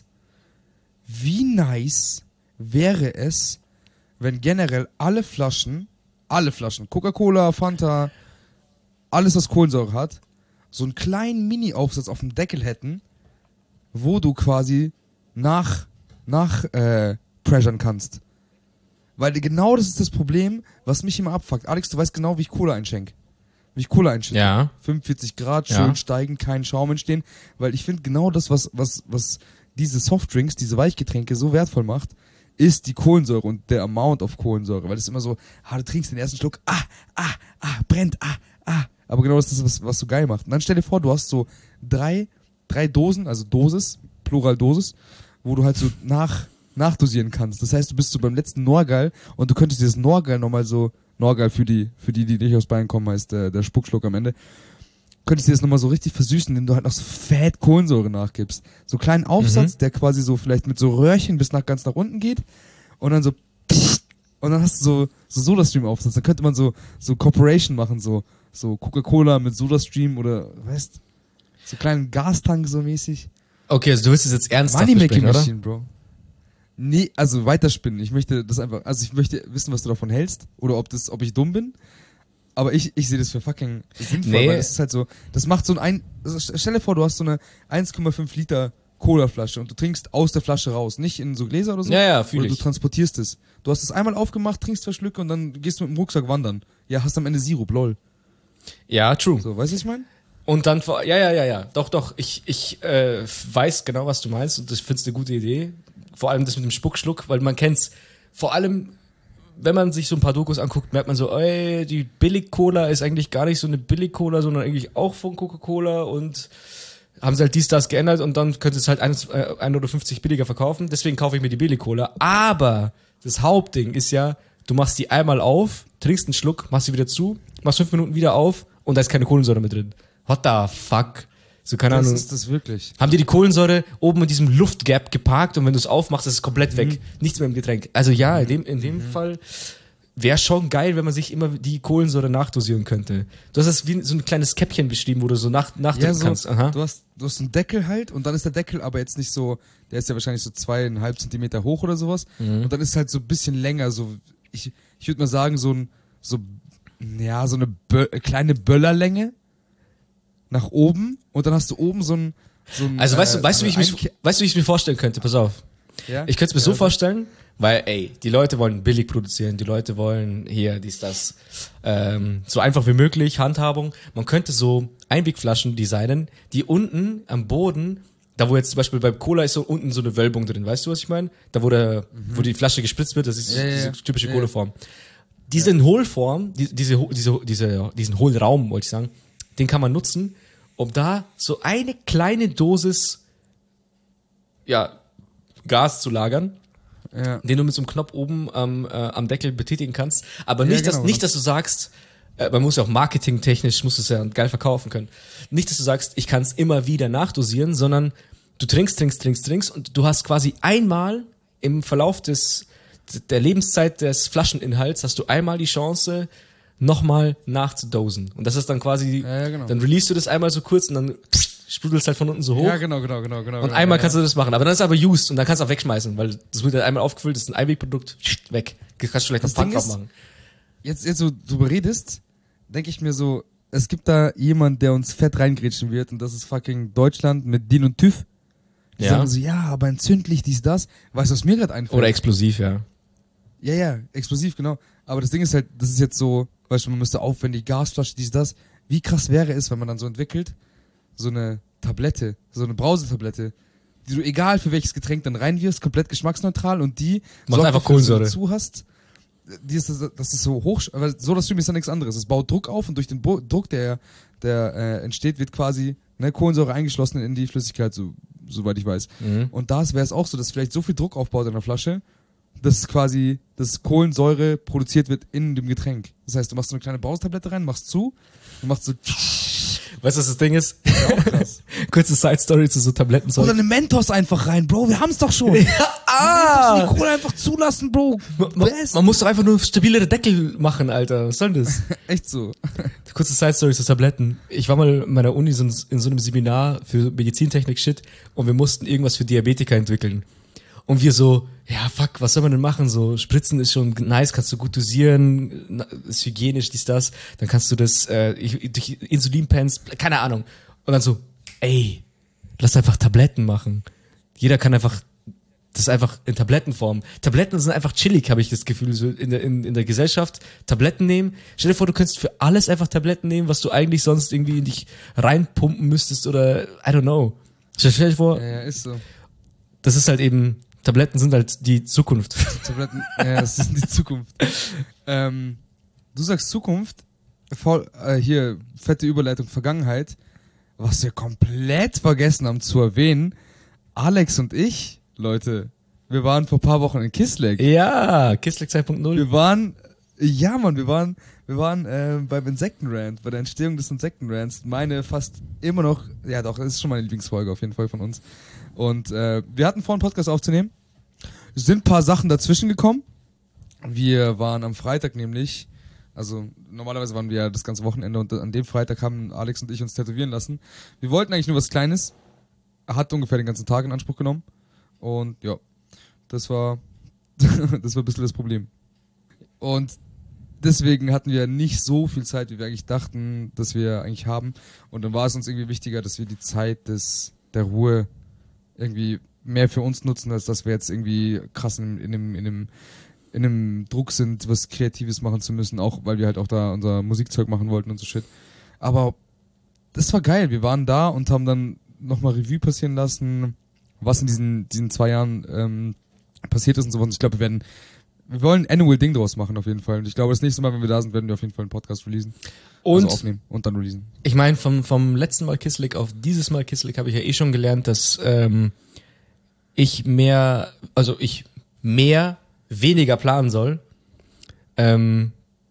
wie nice wäre es, wenn generell alle Flaschen, alle Flaschen, Coca-Cola, Fanta, alles, was Kohlensäure hat, so einen kleinen Mini-Aufsatz auf dem Deckel hätten, wo du quasi nach, nach, äh, pressern kannst. Weil genau das ist das Problem, was mich immer abfuckt. Alex, du weißt genau, wie ich Cola einschenke. Wie ich Cola einschenke. Ja. fünfundvierzig Grad, schön Ja. steigen, kein Schaum entstehen. Weil ich finde, genau das, was, was, was diese Softdrinks, diese Weichgetränke so wertvoll macht, ist die Kohlensäure und der Amount of Kohlensäure. Weil das ist immer so, ah, du trinkst den ersten Schluck, ah, ah, ah, brennt, ah, ah. Aber genau das ist, was, was so geil macht. Und dann stell dir vor, du hast so drei, drei Dosen, also Dosis, Plural Dosis, wo du halt so nach, nachdosieren kannst. Das heißt, du bist so beim letzten Norgal und du könntest dieses Norgal nochmal so, Norgal für die, für die, die nicht aus Bayern kommen, heißt der, der Spuckschluck am Ende, könntest du das nochmal so richtig versüßen, indem du halt noch so fett Kohlensäure nachgibst. So einen kleinen Aufsatz, Mhm. der quasi so vielleicht mit so Röhrchen bis nach ganz nach unten geht und dann so und dann hast du so, so Soda-Stream-Aufsatz. Dann könnte man so, so Corporation machen, so, so Coca-Cola mit Soda-Stream oder, weißt, so kleinen Gastank so mäßig. Okay, also du willst es jetzt ernsthaft Money-Making besprechen, oder? Machine, Bro. Nee, also weiterspinnen. Ich möchte das einfach, also ich möchte wissen, was du davon hältst oder ob das, ob ich dumm bin. Aber ich, ich sehe das für fucking sinnvoll, Nee. weil das ist halt so, das macht so ein, ein also stell dir vor, du hast so eine eins Komma fünf Liter Cola-Flasche und du trinkst aus der Flasche raus, nicht in so Gläser oder so. Ja, ja, fühl Oder du ich. transportierst es. Du hast es einmal aufgemacht, trinkst zwei Schlücke und dann gehst du mit dem Rucksack wandern. Ja, hast am Ende Sirup, lol. Ja, true. So, weißt du, was ich meine? Und dann, vor- ja, ja, ja, ja, doch, doch, ich, ich äh, weiß genau, was du meinst und ich finde es eine gute Idee. Vor allem das mit dem Spuckschluck, weil man kennt's. Vor allem, wenn man sich so ein paar Dokus anguckt, merkt man so, ey, die Billig-Cola ist eigentlich gar nicht so eine Billig-Cola, sondern eigentlich auch von Coca-Cola und haben sie halt dies, das geändert und dann könnte es halt ein Euro fünfzig billiger verkaufen. Deswegen kaufe ich mir die Billig-Cola. Aber das Hauptding ist ja, du machst die einmal auf, trinkst einen Schluck, machst sie wieder zu, machst fünf Minuten wieder auf und da ist keine Kohlensäure mehr drin. What the fuck? So, keine Das Ahnung. ist das wirklich. Haben die die Kohlensäure oben in diesem Luftgap geparkt und wenn du es aufmachst, ist es komplett weg. Nichts mehr im Getränk. Also ja, in dem, in dem Fall wäre schon geil, wenn man sich immer die Kohlensäure nachdosieren könnte. Du hast es wie so ein kleines Käppchen beschrieben, wo du so nach, nachdrücken ja, so, kannst. Aha. Du hast, du hast einen Deckel halt und dann ist der Deckel aber jetzt nicht so, der ist ja wahrscheinlich so zweieinhalb Zentimeter hoch oder sowas. Mhm. Und dann ist halt so ein bisschen länger, so, ich, ich würde mal sagen, so ein, so, ja, so eine Bö kleine Böllerlänge nach oben und dann hast du oben so ein, so ein Also weißt du, äh, weißt du, wie ich mich, Einke- weißt du, wie ich es mir vorstellen könnte? Pass auf. ja? Ich könnte es mir ja, so vorstellen, weil, ey, die Leute wollen billig produzieren, die Leute wollen hier, dies, das, ähm, so einfach wie möglich, Handhabung. Man könnte so Einwegflaschen designen, die unten am Boden, da wo jetzt zum Beispiel bei Cola ist so unten so eine Wölbung drin, weißt du, was ich meine? Da wo der, mhm. wo die Flasche gespritzt wird, das ist Ja, ja, diese ja. typische Ja, Kohleform. Diese ja. Hohlform, die, diese, diese, diese, diesen Hohlraum, wollte ich sagen, den kann man nutzen, um da so eine kleine Dosis, ja, Gas zu lagern. Ja. Den du mit so einem Knopf oben ähm, äh, am Deckel betätigen kannst. Aber Ja, nicht, genau, dass, nicht, dass du sagst, äh, man muss ja auch marketingtechnisch, muss es ja geil verkaufen können. Nicht, dass du sagst, ich kann es immer wieder nachdosieren, sondern du trinkst, trinkst, trinkst, trinkst und du hast quasi einmal im Verlauf des der Lebenszeit des Flascheninhalts hast du einmal die Chance, nochmal nachzudosen. Und das ist dann quasi, Ja, ja, genau. dann release du das einmal so kurz und dann sprudelst halt von unten so hoch. Ja, genau, genau, genau, genau. Und genau, einmal ja, kannst du das machen, aber dann ist aber used und dann kannst du auch wegschmeißen, weil das wird dann einmal aufgefüllt, das ist ein Einwegprodukt, weg. Du kannst vielleicht Das einen Pfand Ding drauf ist- machen. Jetzt, jetzt so drüber redest, denke ich mir so, es gibt da jemand, der uns fett reingrätschen wird und das ist fucking Deutschland mit Din und TÜV. Die Ja. sagen so, ja, aber entzündlich, dies, das. Weißt du, was mir gerade einfällt? Oder explosiv, ja. Ja, ja, explosiv, genau. Aber das Ding ist halt, das ist jetzt so, weißt du, man müsste aufwendig, Gasflasche, dies, das. Wie krass wäre es, wenn man dann so entwickelt, so eine Tablette, so eine Brausetablette, die du egal für welches Getränk dann reinwirfst, komplett geschmacksneutral und die Macht sorgt einfach dafür, dass du Kohlensäure. dazu hast, die ist, das, das ist so hoch, aber so das Stream ist ja nichts anderes. Es baut Druck auf und durch den Bo Druck, der, der äh, entsteht, wird quasi ne, Kohlensäure eingeschlossen in die Flüssigkeit, so, soweit ich weiß. Mhm. Und da wäre es auch so, dass vielleicht so viel Druck aufbaut in der Flasche, dass quasi das Kohlensäure produziert wird in dem Getränk. Das heißt, du machst so eine kleine Brausetablette rein, machst zu und machst so Weißt du, was das Ding ist? auch krass. Kurze Side-Story zu so Tabletten. Oder eine Mentos einfach rein, Bro, wir haben's doch schon. ah! Die Cola einfach zulassen, Bro. Man, man, Best. man muss doch einfach nur stabilere Deckel machen, Alter. Was soll denn das? Echt so. Kurze Side-Story zu Tabletten. Ich war mal in meiner Uni so in, in so einem Seminar für Medizintechnik-Shit und wir mussten irgendwas für Diabetiker entwickeln. Und wir so, ja, fuck, was soll man denn machen? So, Spritzen ist schon nice, kannst du gut dosieren, na, ist hygienisch, dies, das. Dann kannst du das, äh, ich- durch Insulinpens, keine Ahnung. Und dann so, ey, lass einfach Tabletten machen. Jeder kann einfach, das ist einfach in Tablettenform. Tabletten sind einfach chillig, habe ich das Gefühl, so in der, in, in der Gesellschaft. Tabletten nehmen. Stell dir vor, du könntest für alles einfach Tabletten nehmen, was du eigentlich sonst irgendwie in dich reinpumpen müsstest oder, I don't know. Stell dir vor, Ja, ja, ist so. das ist halt eben, Tabletten sind halt die Zukunft. Tabletten, ja, das ist die Zukunft. Ähm, du sagst Zukunft, voll, äh, hier, fette Überleitung Vergangenheit. Was wir komplett vergessen haben zu erwähnen, Alex und ich, Leute, wir waren vor ein paar Wochen in Kisleck. Ja, Kisleck zwei Punkt null. Wir waren, ja Mann, wir waren, wir waren äh, beim Insektenrand, bei der Entstehung des Insektenrands. Meine fast immer noch, ja doch, das ist schon meine Lieblingsfolge auf jeden Fall von uns. Und äh, wir hatten vor, einen Podcast aufzunehmen. Es sind ein paar Sachen dazwischen gekommen. Wir waren am Freitag nämlich, also normalerweise waren wir ja das ganze Wochenende und an dem Freitag haben Alex und ich uns tätowieren lassen. Wir wollten eigentlich nur was Kleines. Hat ungefähr den ganzen Tag in Anspruch genommen. Und ja, das war, das war ein bisschen das Problem. Und deswegen hatten wir nicht so viel Zeit, wie wir eigentlich dachten, dass wir eigentlich haben. Und dann war es uns irgendwie wichtiger, dass wir die Zeit des, der Ruhe irgendwie mehr für uns nutzen, als dass wir jetzt irgendwie krass in, in, einem, in, einem, in einem Druck sind, was Kreatives machen zu müssen, auch weil wir halt auch da unser Musikzeug machen wollten und so shit. Aber das war geil. Wir waren da und haben dann nochmal Revue passieren lassen, was in diesen, diesen zwei Jahren ähm, passiert ist und so was. Und ich glaube, wir werden, wir wollen ein Annual Ding draus machen auf jeden Fall. Und ich glaube, das nächste Mal, wenn wir da sind, werden wir auf jeden Fall einen Podcast releasen. Und Also aufnehmen und dann releasen. ich meine, vom, vom letzten Mal Kisleck auf dieses Mal Kisleck habe ich ja eh schon gelernt, dass ähm, ich mehr, also ich mehr weniger planen soll, ähm,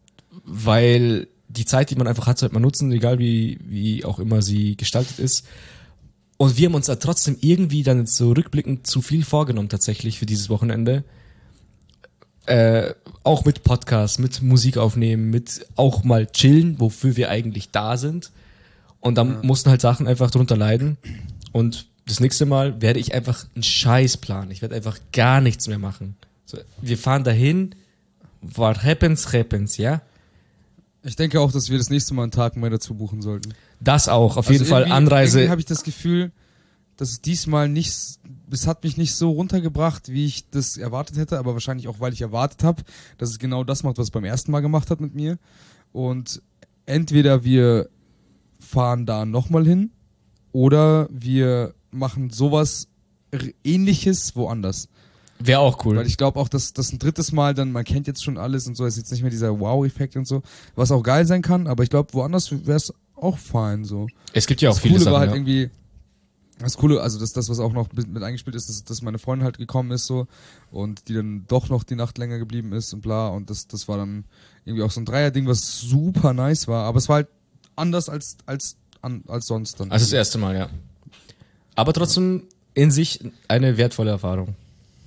weil die Zeit, die man einfach hat, sollte man nutzen, egal wie, wie auch immer sie gestaltet ist. Und wir haben uns da trotzdem irgendwie dann so rückblickend zu viel vorgenommen tatsächlich für dieses Wochenende. Äh, auch mit Podcasts, mit Musik aufnehmen, mit auch mal chillen, wofür wir eigentlich da sind. Und dann ja. mussten halt Sachen einfach drunter leiden. Und das nächste Mal werde ich einfach einen Scheiß planen. Ich werde einfach gar nichts mehr machen. So, wir fahren dahin, what happens, happens, ja? Ich denke auch, dass wir das nächste Mal einen Tag mehr dazu buchen sollten. Das auch, auf also jeden Fall Anreise. Irgendwie habe ich das Gefühl, dass es diesmal nicht, es hat mich nicht so runtergebracht, wie ich das erwartet hätte, aber wahrscheinlich auch, weil ich erwartet habe, dass es genau das macht, was es beim ersten Mal gemacht hat mit mir. Und entweder wir fahren da nochmal hin oder wir machen sowas Ähnliches woanders. Wäre auch cool. Weil ich glaube auch, dass das ein drittes Mal dann, man kennt jetzt schon alles und so, ist jetzt nicht mehr dieser Wow-Effekt und so, was auch geil sein kann, aber ich glaube, woanders wäre es auch fein, so. Es gibt ja auch das viele Coole Sachen, war halt ja. irgendwie, das Coole, also das, das, was auch noch mit, mit eingespielt ist, dass, dass meine Freundin halt gekommen ist, so, und die dann doch noch die Nacht länger geblieben ist und bla, und das, das war dann irgendwie auch so ein Dreier-Ding, was super nice war, aber es war halt anders als, als, an, als sonst dann. Also das erste Mal, ja. Aber trotzdem in sich eine wertvolle Erfahrung.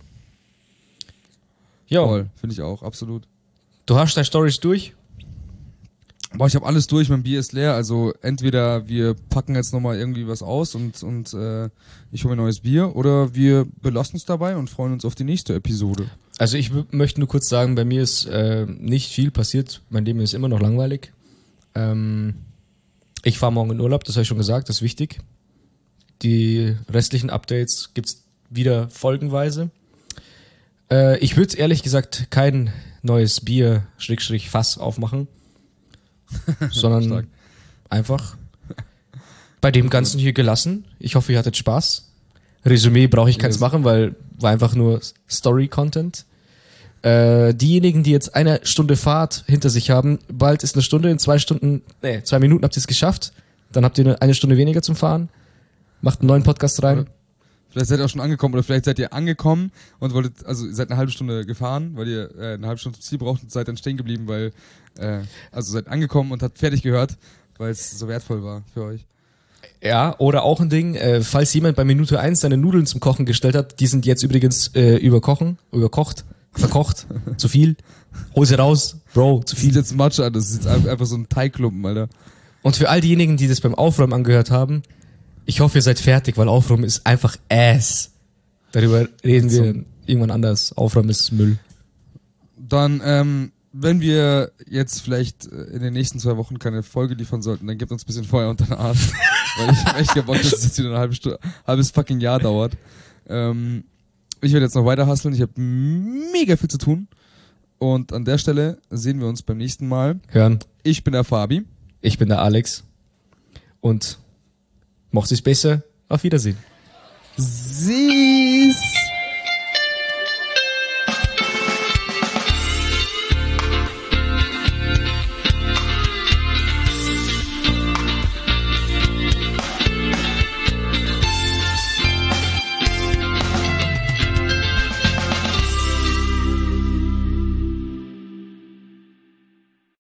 Ja. Voll, finde ich auch, absolut. Du hast deine Storys durch? Boah, ich habe alles durch, mein Bier ist leer, also entweder wir packen jetzt nochmal irgendwie was aus und, und äh, ich hole mir neues Bier oder wir belassen es dabei und freuen uns auf die nächste Episode. Also ich w- möchte nur kurz sagen, bei mir ist äh, nicht viel passiert, mein Leben ist immer noch langweilig. Ähm, ich fahre morgen in Urlaub, das habe ich schon gesagt, das ist wichtig. Die restlichen Updates gibt's wieder folgenweise. Äh, ich würde ehrlich gesagt kein neues Bier Schrägstrich Fass aufmachen, sondern Stark. einfach bei dem Ganzen hier gelassen. Ich hoffe, ihr hattet Spaß. Resümee brauche ich keins Yes. machen, weil war einfach nur Story-Content. Äh, diejenigen, die jetzt eine Stunde Fahrt hinter sich haben, bald ist eine Stunde, in zwei Stunden, nee, zwei Minuten habt ihr es geschafft. Dann habt ihr eine Stunde weniger zum Fahren. Macht einen neuen Podcast rein. Vielleicht seid ihr auch schon angekommen oder vielleicht seid ihr angekommen und wolltet, also ihr seid eine halbe Stunde gefahren, weil ihr äh, eine halbe Stunde zum Ziel braucht und seid dann stehen geblieben, weil, äh, also seid angekommen und habt fertig gehört, weil es so wertvoll war für euch. Ja, oder auch ein Ding, äh, falls jemand bei Minute eins seine Nudeln zum Kochen gestellt hat, die sind jetzt übrigens äh, überkochen, überkocht, verkocht, zu viel. Hol sie raus, Bro, zu Das sieht viel. jetzt Matsch an, das ist jetzt einfach so ein Teigklumpen, Alter. Und für all diejenigen, die das beim Aufräumen angehört haben, ich hoffe, ihr seid fertig, weil Aufräumen ist einfach Ass. Darüber reden wir So. irgendwann anders. Aufräumen ist Müll. Dann, ähm, wenn wir jetzt vielleicht äh, in den nächsten zwei Wochen keine Folge liefern sollten, dann gebt uns ein bisschen Feuer unter den Arsch. Weil ich hab echt keinen Bock, dass es jetzt wieder eine halbe Stunde, halbes fucking Jahr dauert. Ähm, ich werde jetzt noch weiter hustlen. Ich habe mega viel zu tun. Und an der Stelle sehen wir uns beim nächsten Mal. Hören, Ich bin der Fabi. ich bin der Alex. Und macht es besser. Auf Wiedersehen. Süß.